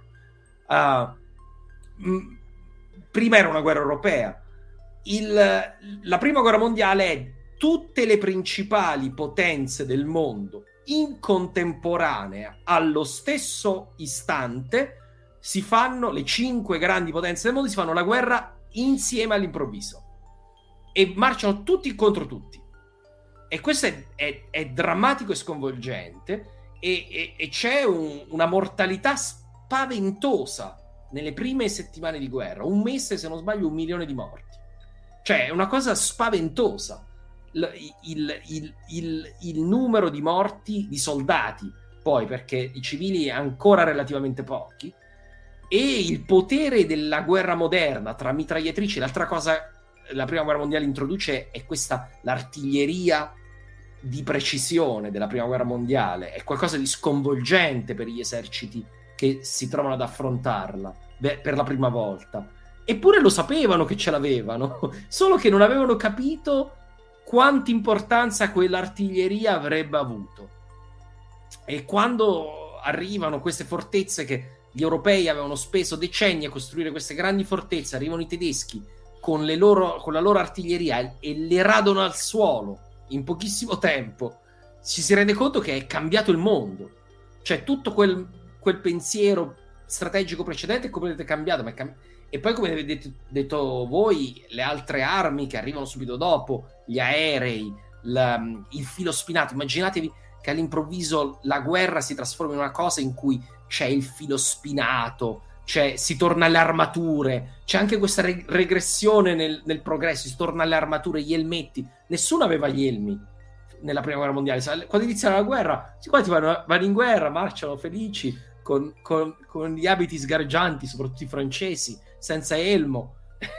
Prima era una guerra europea. La prima guerra mondiale è tutte le principali potenze del mondo in contemporanea, allo stesso istante, si fanno, le 5 grandi potenze del mondo si fanno la guerra insieme all'improvviso e marciano tutti contro tutti, e questo è drammatico e sconvolgente, e c'è una mortalità spaventosa nelle prime settimane di guerra, un mese se non sbaglio 1 milione di morti, cioè è una cosa spaventosa il numero di morti di soldati, poi, perché i civili ancora relativamente pochi, e il potere della guerra moderna tra mitragliatrici. L'altra cosa la prima guerra mondiale introduce è l'artiglieria di precisione della prima guerra mondiale, è qualcosa di sconvolgente per gli eserciti che si trovano ad affrontarla per la prima volta, eppure lo sapevano che ce l'avevano, solo che non avevano capito quanta importanza quell'artiglieria avrebbe avuto. E quando arrivano queste fortezze che gli europei avevano speso decenni a costruire, queste grandi fortezze, arrivano i tedeschi con la loro artiglieria e le radono al suolo in pochissimo tempo, ci si rende conto che è cambiato il mondo, cioè tutto quel pensiero strategico precedente è completamente cambiato, e poi, come avete detto voi, le altre armi che arrivano subito dopo, gli aerei, il filo spinato. Immaginatevi che all'improvviso la guerra si trasforma in una cosa in cui c'è il filo spinato, si torna alle armature, c'è anche questa regressione nel progresso, si torna alle armature, gli elmetti. Nessuno aveva gli elmi nella prima guerra mondiale. Quando iniziava la guerra, quanti vanno in guerra, marciano felici con gli abiti sgargianti, soprattutto i francesi, senza elmo,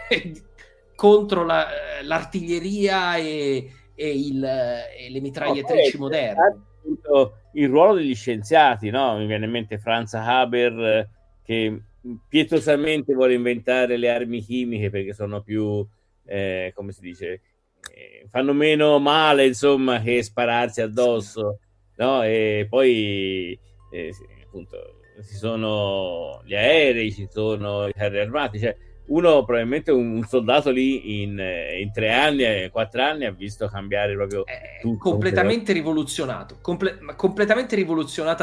contro l'artiglieria e le mitragliatrici moderne.
Il ruolo degli scienziati, no? Mi viene in mente Franz Haber, che pietosamente vuole inventare le armi chimiche perché sono più, come si dice, fanno meno male, insomma, che spararsi addosso, no? E poi appunto ci sono gli aerei, ci sono i carri armati, cioè uno probabilmente un soldato lì in 3 anni, 4 anni ha visto cambiare proprio tutto.
Completamente rivoluzionato, completamente rivoluzionata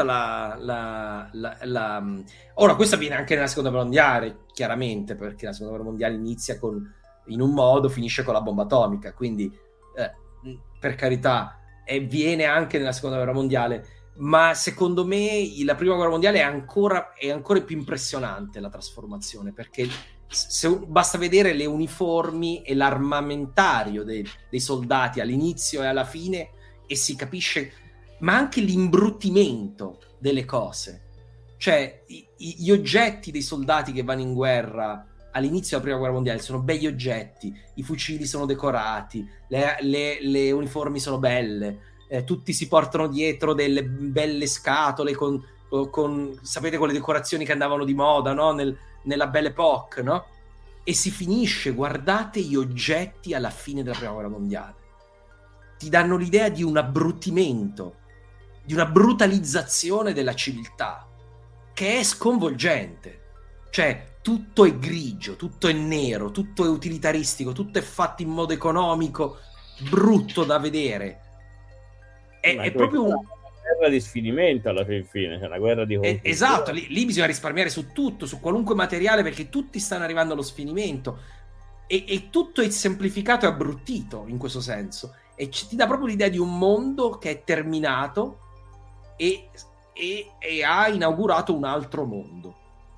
ora questo avviene anche nella seconda guerra mondiale, chiaramente, perché la seconda guerra mondiale inizia in un modo, finisce con la bomba atomica, quindi per carità viene anche nella seconda guerra mondiale, ma secondo me la prima guerra mondiale è ancora più impressionante la trasformazione, perché basta vedere le uniformi e l'armamentario dei soldati all'inizio e alla fine e si capisce, ma anche l'imbruttimento delle cose, cioè gli oggetti dei soldati che vanno in guerra all'inizio della prima guerra mondiale sono begli oggetti, i fucili sono decorati, le uniformi sono belle, tutti si portano dietro delle belle scatole con sapete, con le decorazioni che andavano di moda, no? Nella Belle Époque, no? E si finisce, guardate gli oggetti alla fine della prima guerra mondiale, ti danno l'idea di un abbruttimento, di una brutalizzazione della civiltà che è sconvolgente, cioè tutto è grigio, tutto è nero, tutto è utilitaristico, tutto è fatto in modo economico, brutto da vedere. È proprio
guerra di sfinimento alla fine, cioè una guerra di
esatto, lì bisogna risparmiare su tutto, su qualunque materiale, perché tutti stanno arrivando allo sfinimento e tutto è semplificato e abbruttito in questo senso, e ti dà proprio l'idea di un mondo che è terminato e ha inaugurato un altro mondo.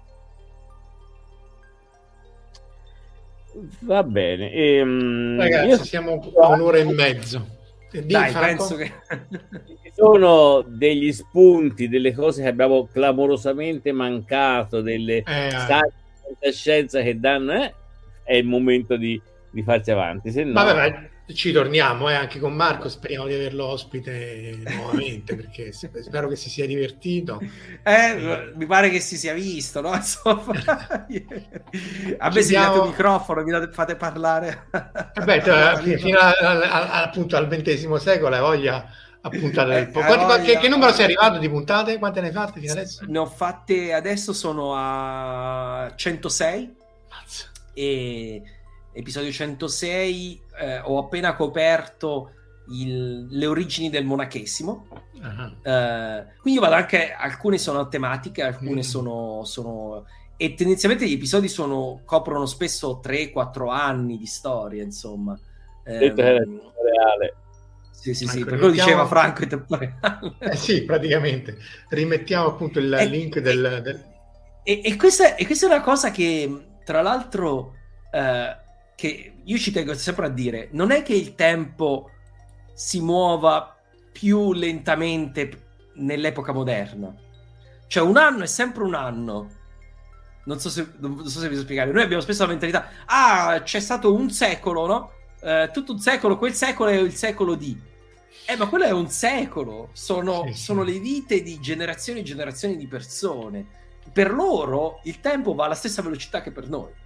Va bene.
Ragazzi, siamo a un'ora e mezzo.
Dai, penso che
ci sono degli spunti, delle cose che abbiamo clamorosamente mancato, delle fantascienza che danno, è il momento di farsi avanti, se no...
Vabbè, ci torniamo anche con Marco, speriamo di averlo ospite nuovamente, perché spero che si sia divertito.
Mi pare che si sia visto, no? Insomma, a me se date un microfono mi fate parlare.
Fino appunto al XX secolo hai voglia a puntate del che numero sei arrivato di puntate? Quante ne hai fatte fino adesso?
Ne ho fatte, adesso sono a 106.
Mazza.
E episodio 106 ho appena coperto le origini del monachesimo. Quindi io vado anche, alcune sono tematiche, alcune sono e tendenzialmente gli episodi coprono spesso 3-4 anni di storia, insomma.
Detto che era reale.
Sì, per quello diceva Franco in tempo reale.
Sì, praticamente. Rimettiamo appunto il link del...
E questa è una cosa che, tra l'altro, che io ci tengo sempre a dire, non è che il tempo si muova più lentamente nell'epoca moderna. Cioè un anno è sempre un anno. Non so se vi so spiegare. Noi abbiamo spesso la mentalità, c'è stato un secolo, no? Tutto un secolo, quel secolo è il secolo di... ma quello è un secolo. Sono le vite di generazioni e generazioni di persone. Per loro il tempo va alla stessa velocità che per noi.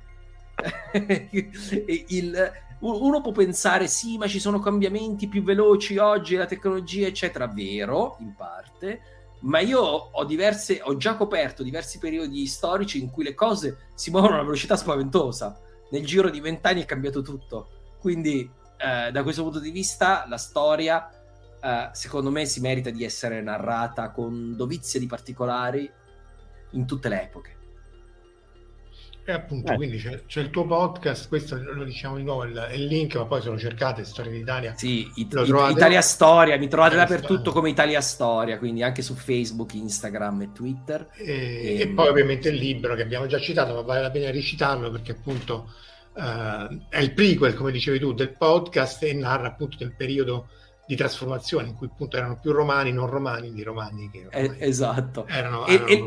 Uno può pensare sì, ma ci sono cambiamenti più veloci oggi, la tecnologia eccetera, vero in parte, ma io ho già coperto diversi periodi storici in cui le cose si muovono a una velocità spaventosa. Nel giro di 20 anni è cambiato tutto, quindi da questo punto di vista la storia secondo me si merita di essere narrata con dovizia di particolari in tutte le epoche.
E appunto, quindi c'è il tuo podcast, questo lo diciamo di nuovo, il link, ma poi se lo cercate, Storia d'Italia.
Sì, Italia Storia, mi trovate dappertutto come Italia Storia, quindi anche su Facebook, Instagram e Twitter.
E poi ovviamente il libro che abbiamo già citato, ma vale la pena ricitarlo perché appunto è il prequel, come dicevi tu, del podcast e narra appunto del periodo di trasformazione in cui appunto erano più romani, non romani, di romani che
esatto.
erano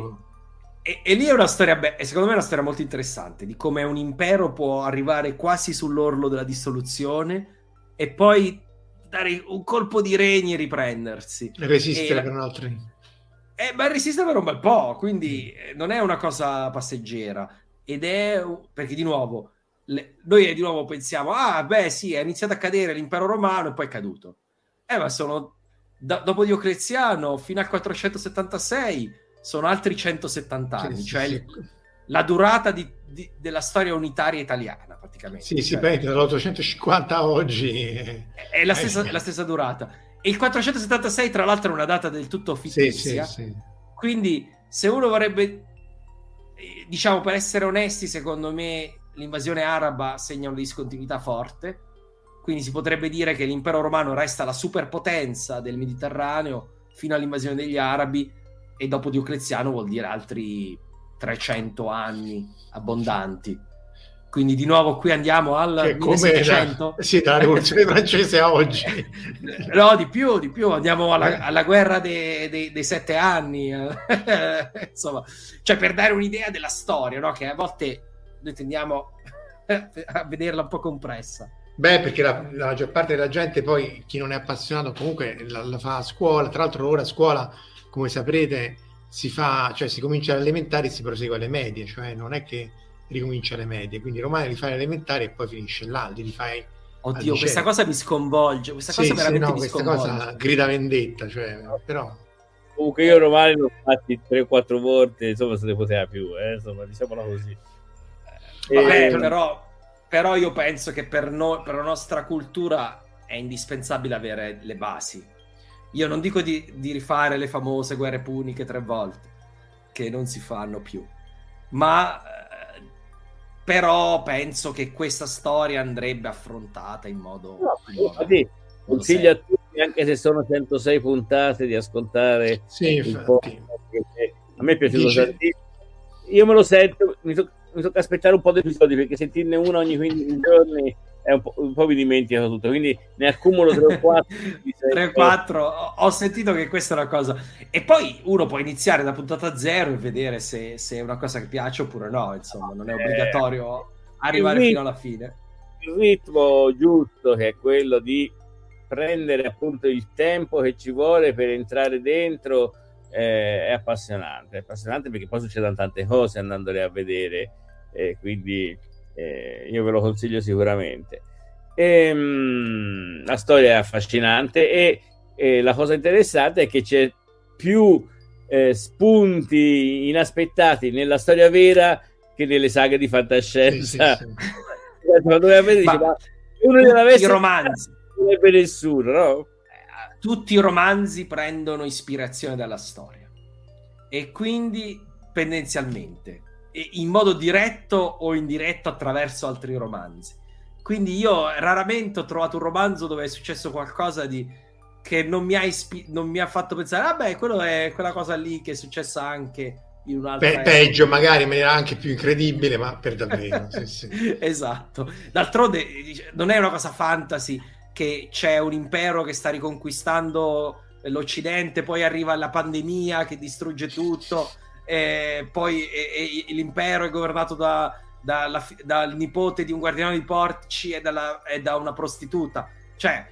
E lì è una storia, secondo me è una storia molto interessante di come un impero può arrivare quasi sull'orlo della dissoluzione e poi dare un colpo di regni e riprendersi.
Resistere per un altro.
Ma resiste per un bel po', quindi non è una cosa passeggera. Ed è perché di nuovo noi di nuovo pensiamo, sì, è iniziato a cadere l'impero romano e poi è caduto. Ma sono dopo Diocleziano fino al 476 sono altri 170 anni, la durata della storia unitaria italiana praticamente.
Sì, dall'850 a oggi
è la stessa durata. E il 476 tra l'altro è una data del tutto fittizia.
Sì.
Quindi se uno vorrebbe, diciamo, per essere onesti, secondo me l'invasione araba segna una discontinuità forte, quindi si potrebbe dire che l'impero romano resta la superpotenza del Mediterraneo fino all'invasione degli arabi, e dopo Diocleziano vuol dire altri 300 anni abbondanti. Quindi di nuovo qui andiamo al 1700.
Dalla rivoluzione francese a oggi.
No, di più, andiamo alla guerra dei 7 anni. Insomma, cioè per dare un'idea della storia, no? Che a volte noi tendiamo a vederla un po' compressa.
Perché la maggior parte della gente, poi chi non è appassionato comunque la fa a scuola. Tra l'altro ora a scuola, come saprete, si comincia alle elementari e si prosegue alle medie, cioè non è che ricomincia alle medie, quindi romani li fai alle elementari e poi finisce là, li fai.
Oddio, questa cosa mi sconvolge, questa cosa veramente mi sconvolge.
Questa cosa grida vendetta, però
comunque io romani l'ho fatti 3-4 volte, insomma se ne poteva più, insomma, diciamola così.
Però io penso che per la nostra cultura è indispensabile avere le basi. Io non dico di rifare le famose guerre puniche 3 volte, che non si fanno più, ma però penso che questa storia andrebbe affrontata in modo...
Consiglio a tutti, anche se sono 106 puntate, di ascoltare il podcast. A me è piaciuto tantissimo. Io me lo sento, mi tocca aspettare un po' di episodi, perché sentirne uno ogni 15 giorni è un po' mi dimentico tutto, quindi ne accumulo 3 o 4.
3 o 4, ho sentito che questa è una cosa, e poi uno può iniziare da puntata 0 e vedere se è una cosa che piace oppure no, insomma non è obbligatorio arrivare fino alla fine.
Il ritmo giusto, che è quello di prendere appunto il tempo che ci vuole per entrare dentro, è appassionante perché poi succedono tante cose andandole a vedere, quindi io ve lo consiglio sicuramente. La storia è affascinante e la cosa interessante è che c'è più spunti inaspettati nella storia vera che nelle saghe di fantascienza. Sì.
I romanzi,
non per nessuno, no?
Tutti i romanzi prendono ispirazione dalla storia, e quindi tendenzialmente in modo diretto o indiretto attraverso altri romanzi. Quindi io raramente ho trovato un romanzo dove è successo qualcosa che non mi ha fatto pensare vabbè, quello è quella cosa lì che è successa anche in un'altra
peggio, magari in maniera anche più incredibile, ma per davvero. Sì.
Esatto. D'altronde non è una cosa fantasy che c'è un impero che sta riconquistando l'Occidente, poi arriva la pandemia che distrugge tutto, poi l'impero è governato dal nipote di un guardiano di porci e da una prostituta. Cioè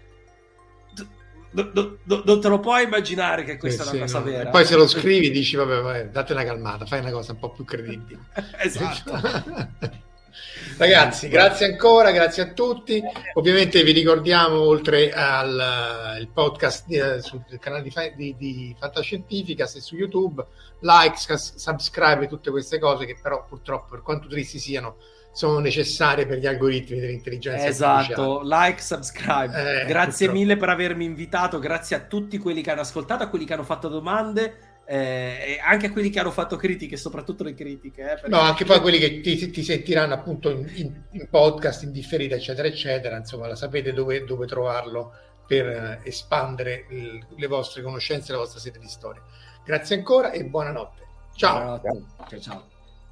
non te lo puoi immaginare che questa è una cosa vera.
E poi se lo scrivi dici vabbè, date una calmata, fai una cosa un po' più credibile.
Esatto.
Ragazzi, grazie ancora, grazie a tutti. Ovviamente vi ricordiamo, oltre al podcast sul canale di Fantascientificast e su YouTube, like, subscribe, tutte queste cose che però purtroppo, per quanto tristi siano, sono necessarie per gli algoritmi dell'intelligenza artificiale.
Esatto, like, subscribe. Grazie mille per avermi invitato, grazie a tutti quelli che hanno ascoltato, a quelli che hanno fatto domande, e anche a quelli che hanno fatto critiche, soprattutto le critiche.
No, anche poi quelli che ti sentiranno appunto in podcast, in differita, eccetera, eccetera. Insomma, la sapete dove trovarlo per espandere le vostre conoscenze, la vostra sete di storia. Grazie ancora e buonanotte. Ciao.
Buonanotte. Ciao.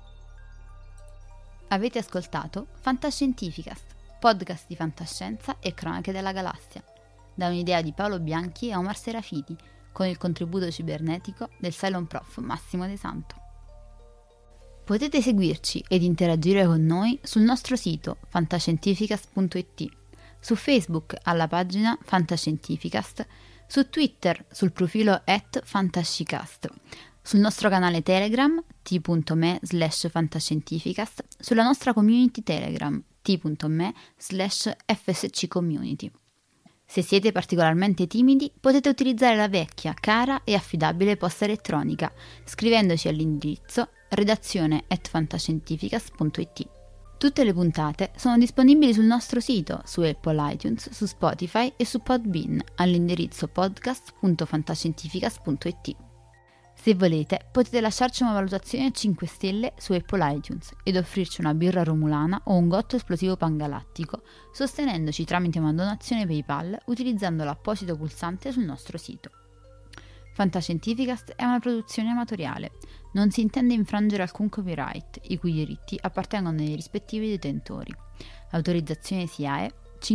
Avete ascoltato Fantascientificast, podcast di fantascienza e cronache della galassia, da un'idea di Paolo Bianchi e Omar Serafiti, con il contributo cibernetico del Cylon Prof Massimo De Santo. Potete seguirci ed interagire con noi sul nostro sito fantascientificast.it, su Facebook alla pagina Fantascientificast, su Twitter sul profilo @fantascicast, sul nostro canale Telegram t.me/fantascientificast, sulla nostra community Telegram t.me/fsccommunity. Se siete particolarmente timidi, potete utilizzare la vecchia, cara e affidabile posta elettronica, scrivendoci all'indirizzo redazione@fantascientificast.it. Tutte le puntate sono disponibili sul nostro sito, su Apple iTunes, su Spotify e su Podbean, all'indirizzo podcast.fantascientificast.it. Se volete, potete lasciarci una valutazione a 5 stelle su Apple iTunes ed offrirci una birra romulana o un gotto esplosivo pangalattico, sostenendoci tramite una donazione PayPal utilizzando l'apposito pulsante sul nostro sito. Fantascientificast è una produzione amatoriale, non si intende infrangere alcun copyright, i cui diritti appartengono ai rispettivi detentori. Autorizzazione SIAE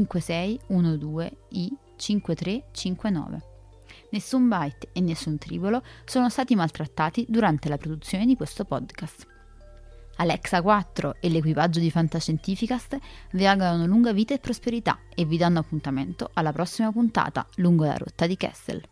5612I5359. Nessun byte e nessun tribolo sono stati maltrattati durante la produzione di questo podcast. Alexa 4 e l'equipaggio di Fantascientificast vi augurano lunga vita e prosperità e vi danno appuntamento alla prossima puntata lungo la rotta di Kessel.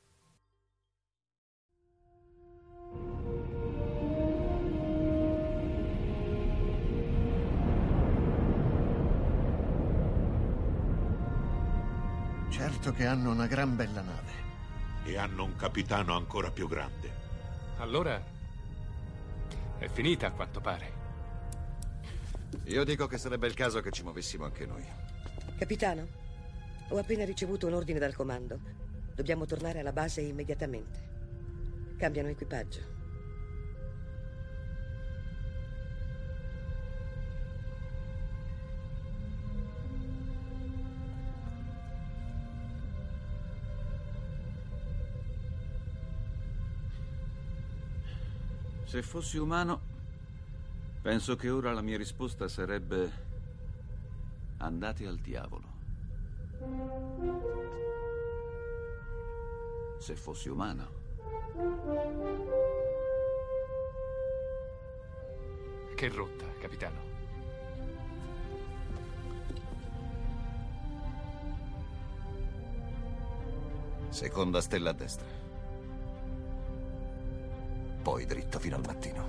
Certo che hanno una gran bella nave.
E hanno un capitano ancora più grande.
Allora è finita, a quanto pare.
Io dico che sarebbe il caso che ci muovessimo anche noi.
Capitano, ho appena ricevuto un ordine dal comando. Dobbiamo tornare alla base immediatamente. Cambiano equipaggio.
Se fossi umano, penso che ora la mia risposta sarebbe: andate al diavolo. Se fossi umano.
Che rotta, capitano?
Seconda stella a destra. Poi dritto fino al mattino.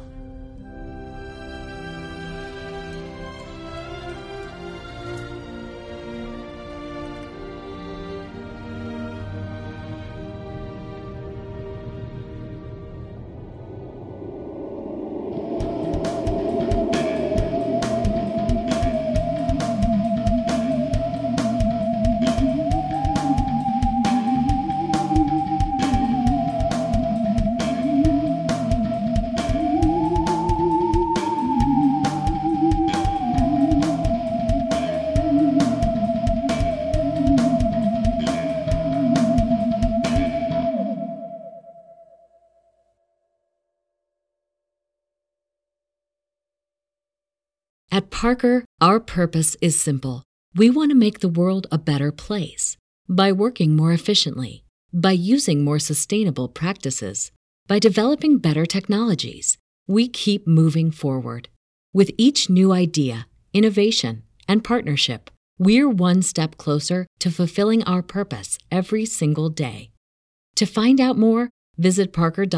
At Parker, our purpose is simple. We want to make the world a better place by working more efficiently, by using more sustainable practices, by developing better technologies. We keep moving forward. With each new idea, innovation, and partnership, we're one step closer to fulfilling our purpose every single day. To find out more, visit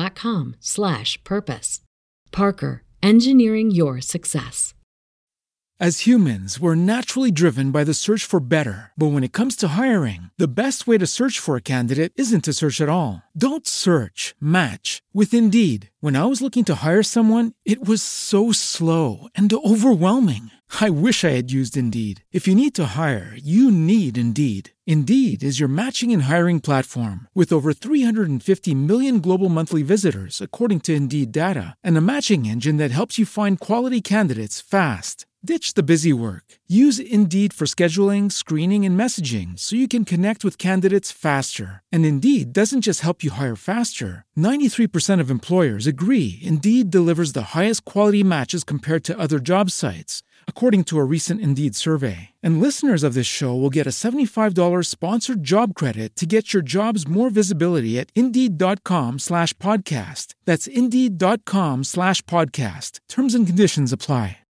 parker.com/purpose. Parker, engineering your success.
As humans, we're naturally driven by the search for better. But when it comes to hiring, the best way to search for a candidate isn't to search at all. Don't search, match with Indeed. When I was looking to hire someone, it was so slow and overwhelming. I wish I had used Indeed. If you need to hire, you need Indeed. Indeed is your matching and hiring platform with over 350 million global monthly visitors, according to Indeed data, and a matching engine that helps you find quality candidates fast. Ditch the busy work. Use Indeed for scheduling, screening, and messaging so you can connect with candidates faster. And Indeed doesn't just help you hire faster. 93% of employers agree Indeed delivers the highest quality matches compared to other job sites, according to a recent Indeed survey. And listeners of this show will get a $75 sponsored job credit to get your jobs more visibility at Indeed.com/podcast. That's Indeed.com/podcast. Terms and conditions apply.